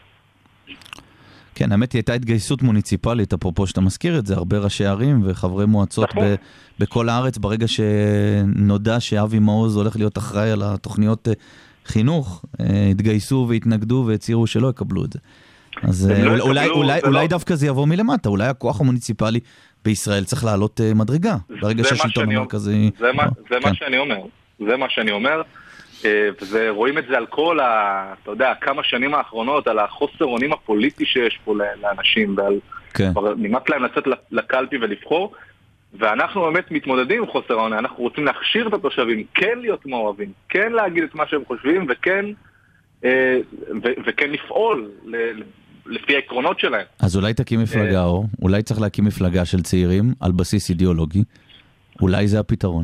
[SPEAKER 4] כן, האמת היא, הייתה התגייסות מוניציפלית, אפרופו שאתה מזכיר את זה, הרבה ראשי ערים וחברי מועצות ב, בכל הארץ, ברגע שנודע שאבי מעוז הולך להיות אחראי על התוכניות חינוך, התגייסו והתנגדו והצירו שלא יקבלו את זה. אז אולי, לא אולי, אולי, אולי לא... דווקא זה יבוא מלמטה, אולי הכוח המוניציפלי בישראל צריך לעלות מדרגה, ברגע שהשלטון המרכזי...
[SPEAKER 2] זה, מה, זה כן. מה שאני אומר, זה מה שאני אומר, ורואים את זה על כל, ה, אתה יודע, כמה שנים האחרונות, על החוסר אונים הפוליטי שיש פה לאנשים, ועל כן. נמאס להם לצאת לקלפי ולבחור, ואנחנו באמת מתמודדים עם חוסר האונים, אנחנו רוצים להכשיר את התושבים, כן להיות מעורבים, כן להגיד את מה שהם חושבים, וכן, ו, וכן לפעול לפי העקרונות שלהם.
[SPEAKER 4] אז אולי תקים מפלגה, או אולי צריך להקים מפלגה של צעירים על בסיס אידיאולוגי, אולי זה הפתרון?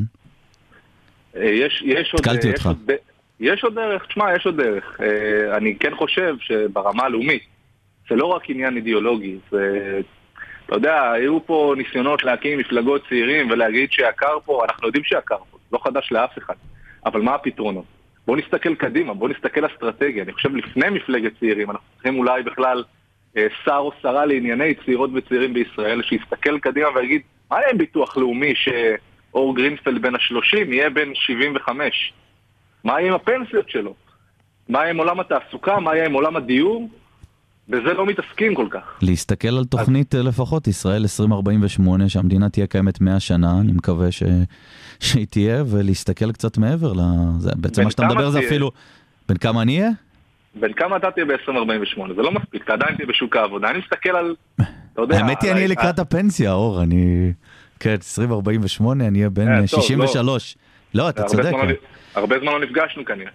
[SPEAKER 2] יש, יש עוד,
[SPEAKER 4] תקלתי
[SPEAKER 2] אותך. יש עוד, יש עוד דרך, תשמע, יש עוד דרך. אני כן חושב שברמה הלאומית, זה לא רק עניין אידיאולוגי, זה, אתה יודע, היו פה ניסיונות להקים מפלגות צעירים ולהגיד שיקר פה, אנחנו יודעים שיקר פה, לא חדש לאף אחד, אבל מה הפתרונות? בואו נסתכל קדימה, בואו נסתכל אסטרטגיה, אני חושב לפני מפלגת צעירים, אנחנו צריכים אולי בכלל שר או שרה לענייני צעירות וצעירים בישראל, שיסתכל קדימה ויגיד, מה יהיה ביטוח לאומי ש... אור גרינפלד בן השלושים יהיה בן שבעים וחמש. מה יהיה עם הפנסיות שלו? מה יהיה עם עולם התעסוקה? מה יהיה עם עולם הדיור? בזה לא מתעסקים כל כך.
[SPEAKER 4] להסתכל על תוכנית אז... לפחות ישראל עשרים ארבעים ושמונה, שהמדינה תהיה קיימת מאה שנה, אני מקווה ש... שהיא תהיה, ולהסתכל קצת מעבר. לזה. בעצם מה שאתה מדבר זה תהיה... אפילו... בין כמה אני אהיה?
[SPEAKER 2] בין כמה אתה תהיה ב-עשרים ארבעים ושמונה, זה לא מספיק, אתה עדיין תהיה בשוק העבודה. אני מסתכל על...
[SPEAKER 4] האמת היא, אני אהיה לקראת הפנסיה, אור, אני... כן, עשרים ארבעים ושמונה, אני אהיה בן שישים ושלוש. לא, אתה צודק.
[SPEAKER 2] הרבה זמן לא נפגשנו כנראה.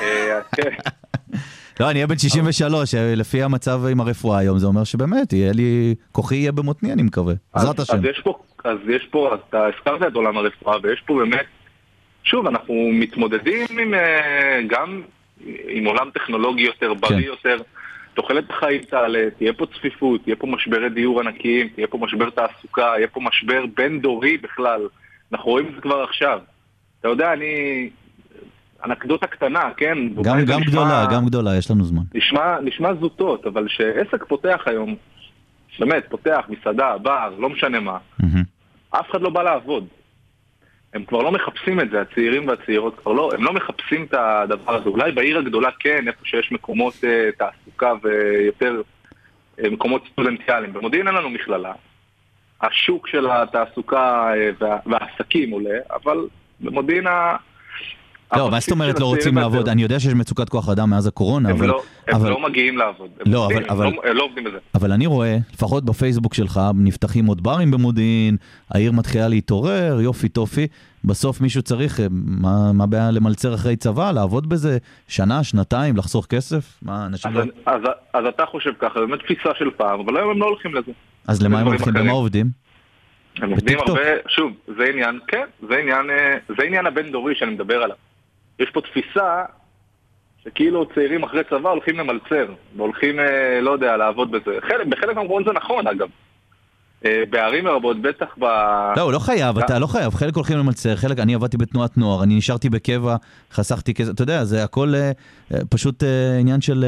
[SPEAKER 4] לא, אני אהיה בן שישים ושלוש, לפי המצב עם הרפואה היום, זה אומר שבאמת, כוחי יהיה במותני, אני מקווה. בעזרת השם.
[SPEAKER 2] אז יש פה, אז אתה הזכרת את עולם הרפואה, ויש פה באמת, שוב, אנחנו מתמודדים גם עם עולם טכנולוגי יותר, בריא יותר, תוחלת החיים תעלה, תהיה פה צפיפות, תהיה פה משברי דיור ענקיים, תהיה פה משבר תעסוקה, יהיה פה משבר בין דורי בכלל. אנחנו רואים את זה כבר עכשיו. אתה יודע, אני... אנקדוטה קטנה, כן?
[SPEAKER 4] גם, גם נשמע... גדולה, גם גדולה, יש לנו זמן.
[SPEAKER 2] נשמע, נשמע זוטות, אבל שעסק פותח היום, באמת, פותח, מסעדה, בר, לא משנה מה, mm-hmm. אף אחד לא בא לעבוד. הם כבר לא מחפשים את זה, הצעירים והצעירות כבר לא, הם לא מחפשים את הדבר הזה. אולי בעיר הגדולה כן, איפה שיש מקומות uh, תעסוקה ויותר uh, מקומות סטודנטיאליים. במודיעין אין לנו מכללה. השוק של התעסוקה uh, וה, והעסקים עולה, אבל במודיעין ה...
[SPEAKER 4] לא, מה זאת אומרת לא רוצים לעבוד? אני יודע שיש מצוקת כוח אדם מאז הקורונה, אבל...
[SPEAKER 2] הם לא מגיעים לעבוד.
[SPEAKER 4] לא, אבל... הם לא עובדים בזה. אבל אני רואה, לפחות בפייסבוק שלך, נפתחים עוד ברים במודיעין, העיר מתחילה להתעורר, יופי טופי, בסוף מישהו צריך, מה הבעיה למלצר אחרי צבא, לעבוד בזה שנה, שנתיים, לחסוך כסף? מה, אנשים לא...
[SPEAKER 2] אז אתה חושב ככה, זאת תפיסה של פעם, אבל היום הם לא הולכים לזה.
[SPEAKER 4] אז למה הם הולכים? במה עובדים?
[SPEAKER 2] הם עובדים הרבה, שוב, זה עניין, כן, זה עניין הבין-דורי שאני מדבר עליו. יש פה תפיסה שכאילו צעירים אחרי צבא הולכים למלצר, והולכים, לא יודע, לעבוד בזה. חלק, בחלק מהמקומות זה נכון, אגב. בערים רבות, בטח ב...
[SPEAKER 4] לא, הוא לא חייב, אתה לא חייב. חלק הולכים למלצר, חלק, אני עבדתי בתנועת נוער, אני נשארתי בקבע, חסכתי כזה, אתה יודע, זה הכל פשוט עניין של...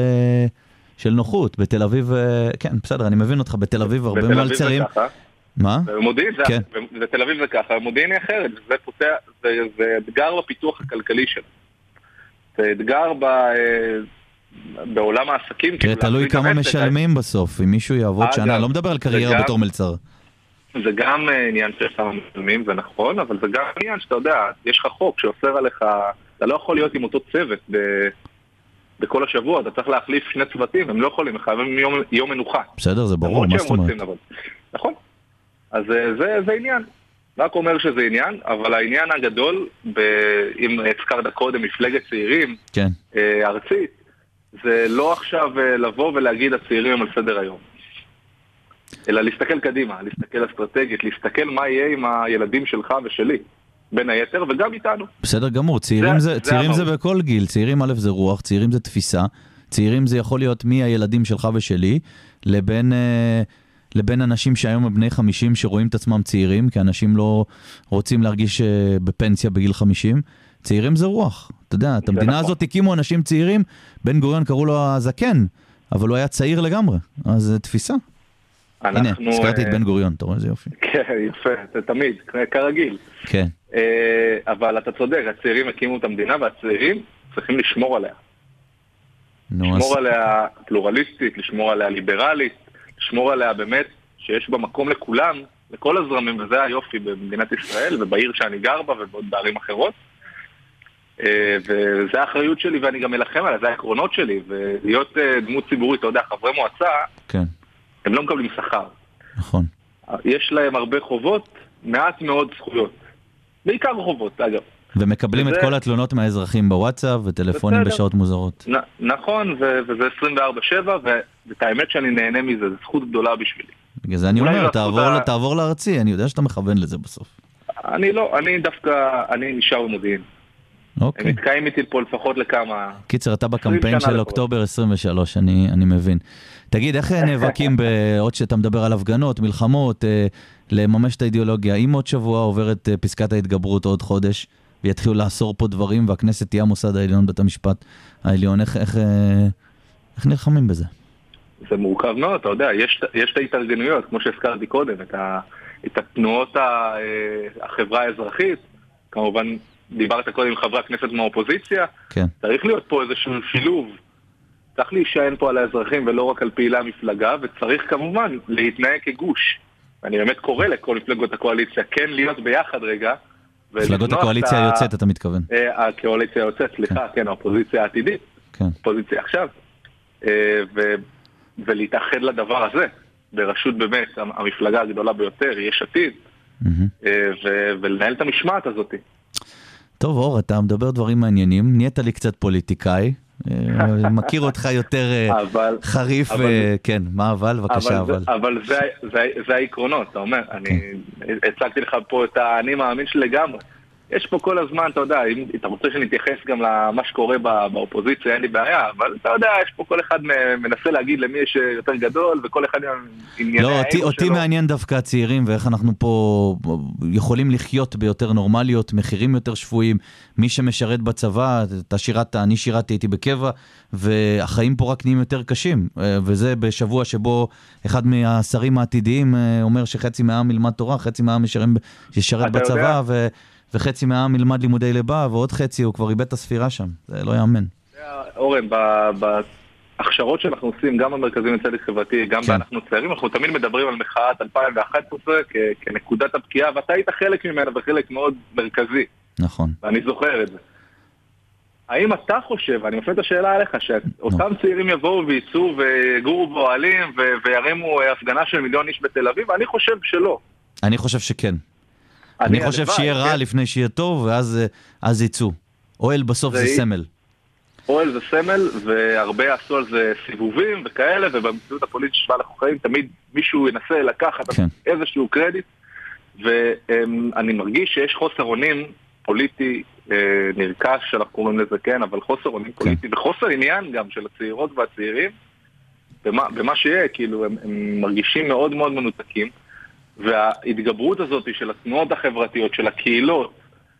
[SPEAKER 4] של נוחות. בתל אביב, כן, בסדר, אני מבין אותך, בתל אביב הרבה מלצרים... מה?
[SPEAKER 2] במודיעין זה, כן. בתל אביב זה ככה, במודיעין היא אחרת, זה פותח, זה, זה אתגר בפיתוח הכלכלי שלו. זה אתגר ב, בעולם העסקים.
[SPEAKER 4] תראה, תלוי כמה משלמים בסוף, אם מישהו יעבוד אגב, שנה, לא מדבר על קריירה גם, בתור מלצר.
[SPEAKER 2] זה גם עניין שיש כמה משלמים, זה נכון, אבל זה גם עניין שאתה יודע, יש לך חוק שאוסר עליך, אתה לא יכול להיות עם אותו צוות ב, בכל השבוע, אתה צריך להחליף שני צוותים, הם לא יכולים, הם חייבים יום, יום מנוחה.
[SPEAKER 4] בסדר, זה ברור, מה זאת אומרת?
[SPEAKER 2] נכון. אז זה, זה עניין. רק אומר שזה עניין, אבל העניין הגדול, ב, אם הזכרת קודם מפלגת צעירים,
[SPEAKER 4] כן.
[SPEAKER 2] אה, ארצית, זה לא עכשיו לבוא ולהגיד הצעירים הם על סדר היום. אלא להסתכל קדימה, להסתכל אסטרטגית, להסתכל מה יהיה עם הילדים שלך ושלי, בין היתר, וגם איתנו.
[SPEAKER 4] בסדר גמור, צעירים זה, זה, זה, צעירים זה בכל גיל, צעירים א' זה רוח, צעירים זה תפיסה, צעירים זה יכול להיות מי הילדים שלך ושלי, לבין... אה, לבין אנשים שהיום הם בני חמישים שרואים את עצמם צעירים, כי אנשים לא רוצים להרגיש בפנסיה בגיל חמישים, צעירים זה רוח. אתה יודע, את המדינה נכון. הזאת הקימו אנשים צעירים, בן גוריון קראו לו הזקן, אבל הוא היה צעיר לגמרי, אז זה תפיסה. אנחנו... הנה, הזכרתי את בן גוריון, אתה רואה איזה יופי.
[SPEAKER 2] כן, יפה, זה תמיד, כרגיל.
[SPEAKER 4] כן.
[SPEAKER 2] אבל אתה צודק, הצעירים הקימו את המדינה, והצעירים צריכים לשמור עליה. לשמור עליה פלורליסטית, לשמור עליה ליברלית, לשמור עליה באמת שיש בה מקום לכולם, לכל הזרמים, וזה היופי במדינת ישראל, ובעיר שאני גר בה, ובעוד בערים אחרות. וזה האחריות שלי, ואני גם מלחם עליה, זה העקרונות שלי, ולהיות דמות ציבורית, אתה יודע, חברי מועצה,
[SPEAKER 4] כן.
[SPEAKER 2] הם לא מקבלים שכר.
[SPEAKER 4] נכון.
[SPEAKER 2] יש להם הרבה חובות, מעט מאוד זכויות. בעיקר חובות, אגב.
[SPEAKER 4] ומקבלים וזה... את כל התלונות מהאזרחים בוואטסאפ וטלפונים בסדר. בשעות מוזרות.
[SPEAKER 2] נ- נכון, ו- וזה עשרים וארבע שבע, ואת האמת שאני נהנה מזה, זו זכות גדולה בשבילי.
[SPEAKER 4] בגלל זה אני אומר, תעבור, ה... תעבור לארצי, אני יודע שאתה מכוון לזה בסוף.
[SPEAKER 2] אני לא, אני דווקא, אני נשאר במודיעין.
[SPEAKER 4] אוקיי.
[SPEAKER 2] הם מתקיים איתי פה לפחות לכמה...
[SPEAKER 4] קיצר, אתה בקמפיין של אוקטובר עשרים ושלוש, אני, אני מבין. תגיד, איך נאבקים בעוד שאתה מדבר על הפגנות, מלחמות, לממש את האידיאולוגיה? אם עוד שבוע עוברת פסקת ההתגברות עוד חודש, ויתחילו לאסור פה דברים, והכנסת תהיה המוסד העליון, בית המשפט העליון, איך, איך, איך נלחמים בזה?
[SPEAKER 2] זה מורכב מאוד, אתה יודע, יש, יש את ההתארגנויות, כמו שהזכרתי קודם, את, ה, את התנועות ה, החברה האזרחית, כמובן דיברת קודם עם חברי הכנסת מהאופוזיציה,
[SPEAKER 4] כן. צריך
[SPEAKER 2] להיות פה איזשהו שילוב, צריך להישען פה על האזרחים ולא רק על פעילי המפלגה, וצריך כמובן להתנהג כגוש. אני באמת קורא לכל מפלגות הקואליציה, כן להיות ביחד רגע,
[SPEAKER 4] מפלגות הקואליציה היוצאת, אתה מתכוון?
[SPEAKER 2] הקואליציה היוצאת, סליחה, כן, האופוזיציה העתידית, האופוזיציה עכשיו, ולהתאחד לדבר הזה, בראשות באמת המפלגה הגדולה ביותר, יש עתיד, ולנהל את המשמעת הזאת.
[SPEAKER 4] טוב, אור, אתה מדבר דברים מעניינים, נהיית לי קצת פוליטיקאי, מכיר אותך יותר חריף, כן, מה אבל? בבקשה, אבל.
[SPEAKER 2] אבל זה העקרונות, אתה אומר, אני הצגתי לך פה את האני מאמין שלי לגמרי. יש פה כל הזמן, אתה יודע, אם אתה רוצה שנתייחס גם למה שקורה באופוזיציה, אין לי בעיה, אבל אתה יודע, יש פה כל אחד מנסה להגיד למי יש יותר גדול, וכל אחד ענייני
[SPEAKER 4] לא, אותי, אותי מעניין דווקא הצעירים, ואיך אנחנו פה יכולים לחיות ביותר נורמליות, מחירים יותר שפויים, מי שמשרת בצבא, אתה שירת, אני שירתי, הייתי בקבע, והחיים פה רק נהיים יותר קשים, וזה בשבוע שבו אחד מהשרים העתידיים אומר שחצי מהעם ילמד תורה, חצי מהעם ישרת בצבא, ו... וחצי מהעם ילמד לימודי ליבה, ועוד חצי הוא כבר איבד את הספירה שם. זה לא יאמן.
[SPEAKER 2] אורן, בהכשרות שאנחנו עושים, גם במרכזים לצדק חברתי, גם באנחנו צעירים, אנחנו תמיד מדברים על מחאת אלפיים ואחת עשרה כנקודת הפקיעה, ואתה היית חלק ממנה וחלק מאוד מרכזי.
[SPEAKER 4] נכון.
[SPEAKER 2] ואני זוכר את זה. האם אתה חושב, אני מפנה את השאלה עליך, שאותם צעירים יבואו וייצאו ויגורו באוהלים וירימו הפגנה של מיליון איש בתל אביב? אני חושב שלא.
[SPEAKER 4] אני חושב שכן. אני חושב שיהיה רע לפני שיהיה טוב, ואז יצאו. אוהל בסוף זה סמל.
[SPEAKER 2] אוהל זה סמל, והרבה עשו על זה סיבובים וכאלה, ובמציאות הפוליטית שבה אנחנו חיים, תמיד מישהו ינסה לקחת איזשהו קרדיט, ואני מרגיש שיש חוסר אונים פוליטי נרכש, שאנחנו קוראים לזה כן, אבל חוסר אונים פוליטי, וחוסר עניין גם של הצעירות והצעירים, במה שיהיה, כאילו הם מרגישים מאוד מאוד מנותקים, וההתגברות הזאת של התנועות החברתיות, של הקהילות,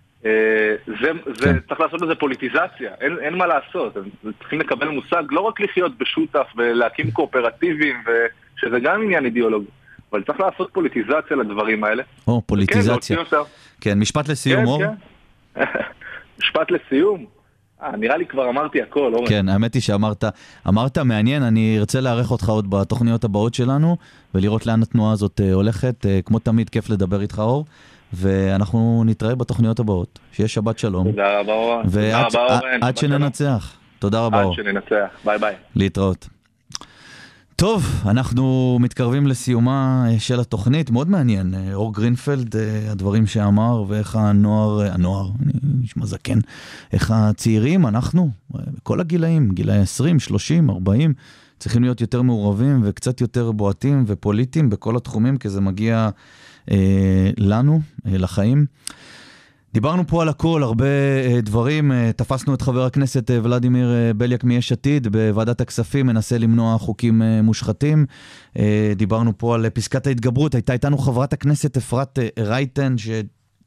[SPEAKER 2] זה, זה, צריך לעשות לזה פוליטיזציה, אין, אין מה לעשות, הם צריכים לקבל מושג, לא רק לחיות בשותף ולהקים קואופרטיבים, שזה גם עניין אידיאולוגי, אבל צריך לעשות פוליטיזציה לדברים האלה.
[SPEAKER 4] או, פוליטיזציה. כן, משפט לסיום, אור.
[SPEAKER 2] כן, כן. משפט לסיום. אה, נראה לי כבר אמרתי הכל, אורן.
[SPEAKER 4] כן, האמת היא שאמרת, אמרת מעניין, אני ארצה לערך אותך עוד בתוכניות הבאות שלנו, ולראות לאן התנועה הזאת הולכת, כמו תמיד כיף לדבר איתך, אור, ואנחנו נתראה בתוכניות הבאות. שיהיה שבת שלום.
[SPEAKER 2] תודה רבה, אורן.
[SPEAKER 4] ועד שננצח. תודה רבה, אור.
[SPEAKER 2] עד שננצח, ביי ביי.
[SPEAKER 4] להתראות. טוב, אנחנו מתקרבים לסיומה של התוכנית, מאוד מעניין, אור גרינפלד, הדברים שאמר, ואיך הנוער, הנוער, אני נשמע זקן, איך הצעירים, אנחנו, בכל הגילאים, גילאי עשרים, שלושים, ארבעים, צריכים להיות יותר מעורבים וקצת יותר בועטים ופוליטיים בכל התחומים, כי זה מגיע אה, לנו, אה, לחיים. דיברנו פה על הכל, הרבה דברים, תפסנו את חבר הכנסת ולדימיר בליאק מיש עתיד בוועדת הכספים, מנסה למנוע חוקים מושחתים, דיברנו פה על פסקת ההתגברות, הייתה איתנו חברת הכנסת אפרת רייטן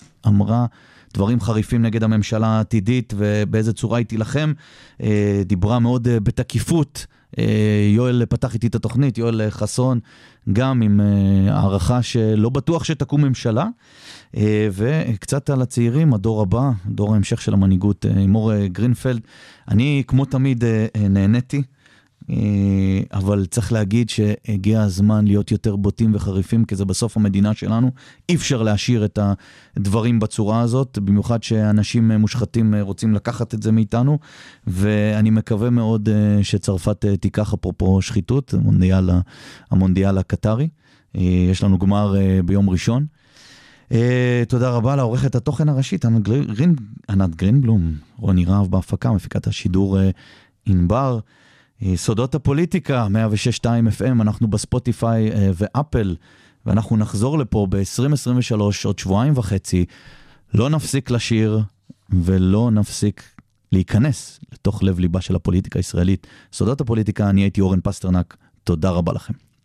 [SPEAKER 4] אמרה דברים חריפים נגד הממשלה העתידית ובאיזה צורה היא תילחם, דיברה מאוד בתקיפות, יואל פתח איתי את התוכנית, יואל חסון, גם עם הערכה שלא בטוח שתקום ממשלה, וקצת על הצעירים, הדור הבא, דור ההמשך של המנהיגות, מור גרינפלד. אני כמו תמיד נהניתי, אבל צריך להגיד שהגיע הזמן להיות יותר בוטים וחריפים, כי זה בסוף המדינה שלנו, אי אפשר להשאיר את הדברים בצורה הזאת, במיוחד שאנשים מושחתים רוצים לקחת את זה מאיתנו, ואני מקווה מאוד שצרפת תיקח אפרופו שחיתות, המונדיאל, המונדיאל הקטרי, יש לנו גמר ביום ראשון. תודה רבה לעורכת התוכן הראשית, ענת גרינבלום, רוני רהב בהפקה, מפיקת השידור ענבר, סודות הפוליטיקה, מאה ושש נקודה שתיים אף אם, אנחנו בספוטיפיי ואפל, ואנחנו נחזור לפה ב-עשרים עשרים ושלוש, עוד שבועיים וחצי, לא נפסיק לשיר ולא נפסיק להיכנס לתוך לב ליבה של הפוליטיקה הישראלית. סודות הפוליטיקה, אני הייתי אורן פסטרנק, תודה רבה לכם.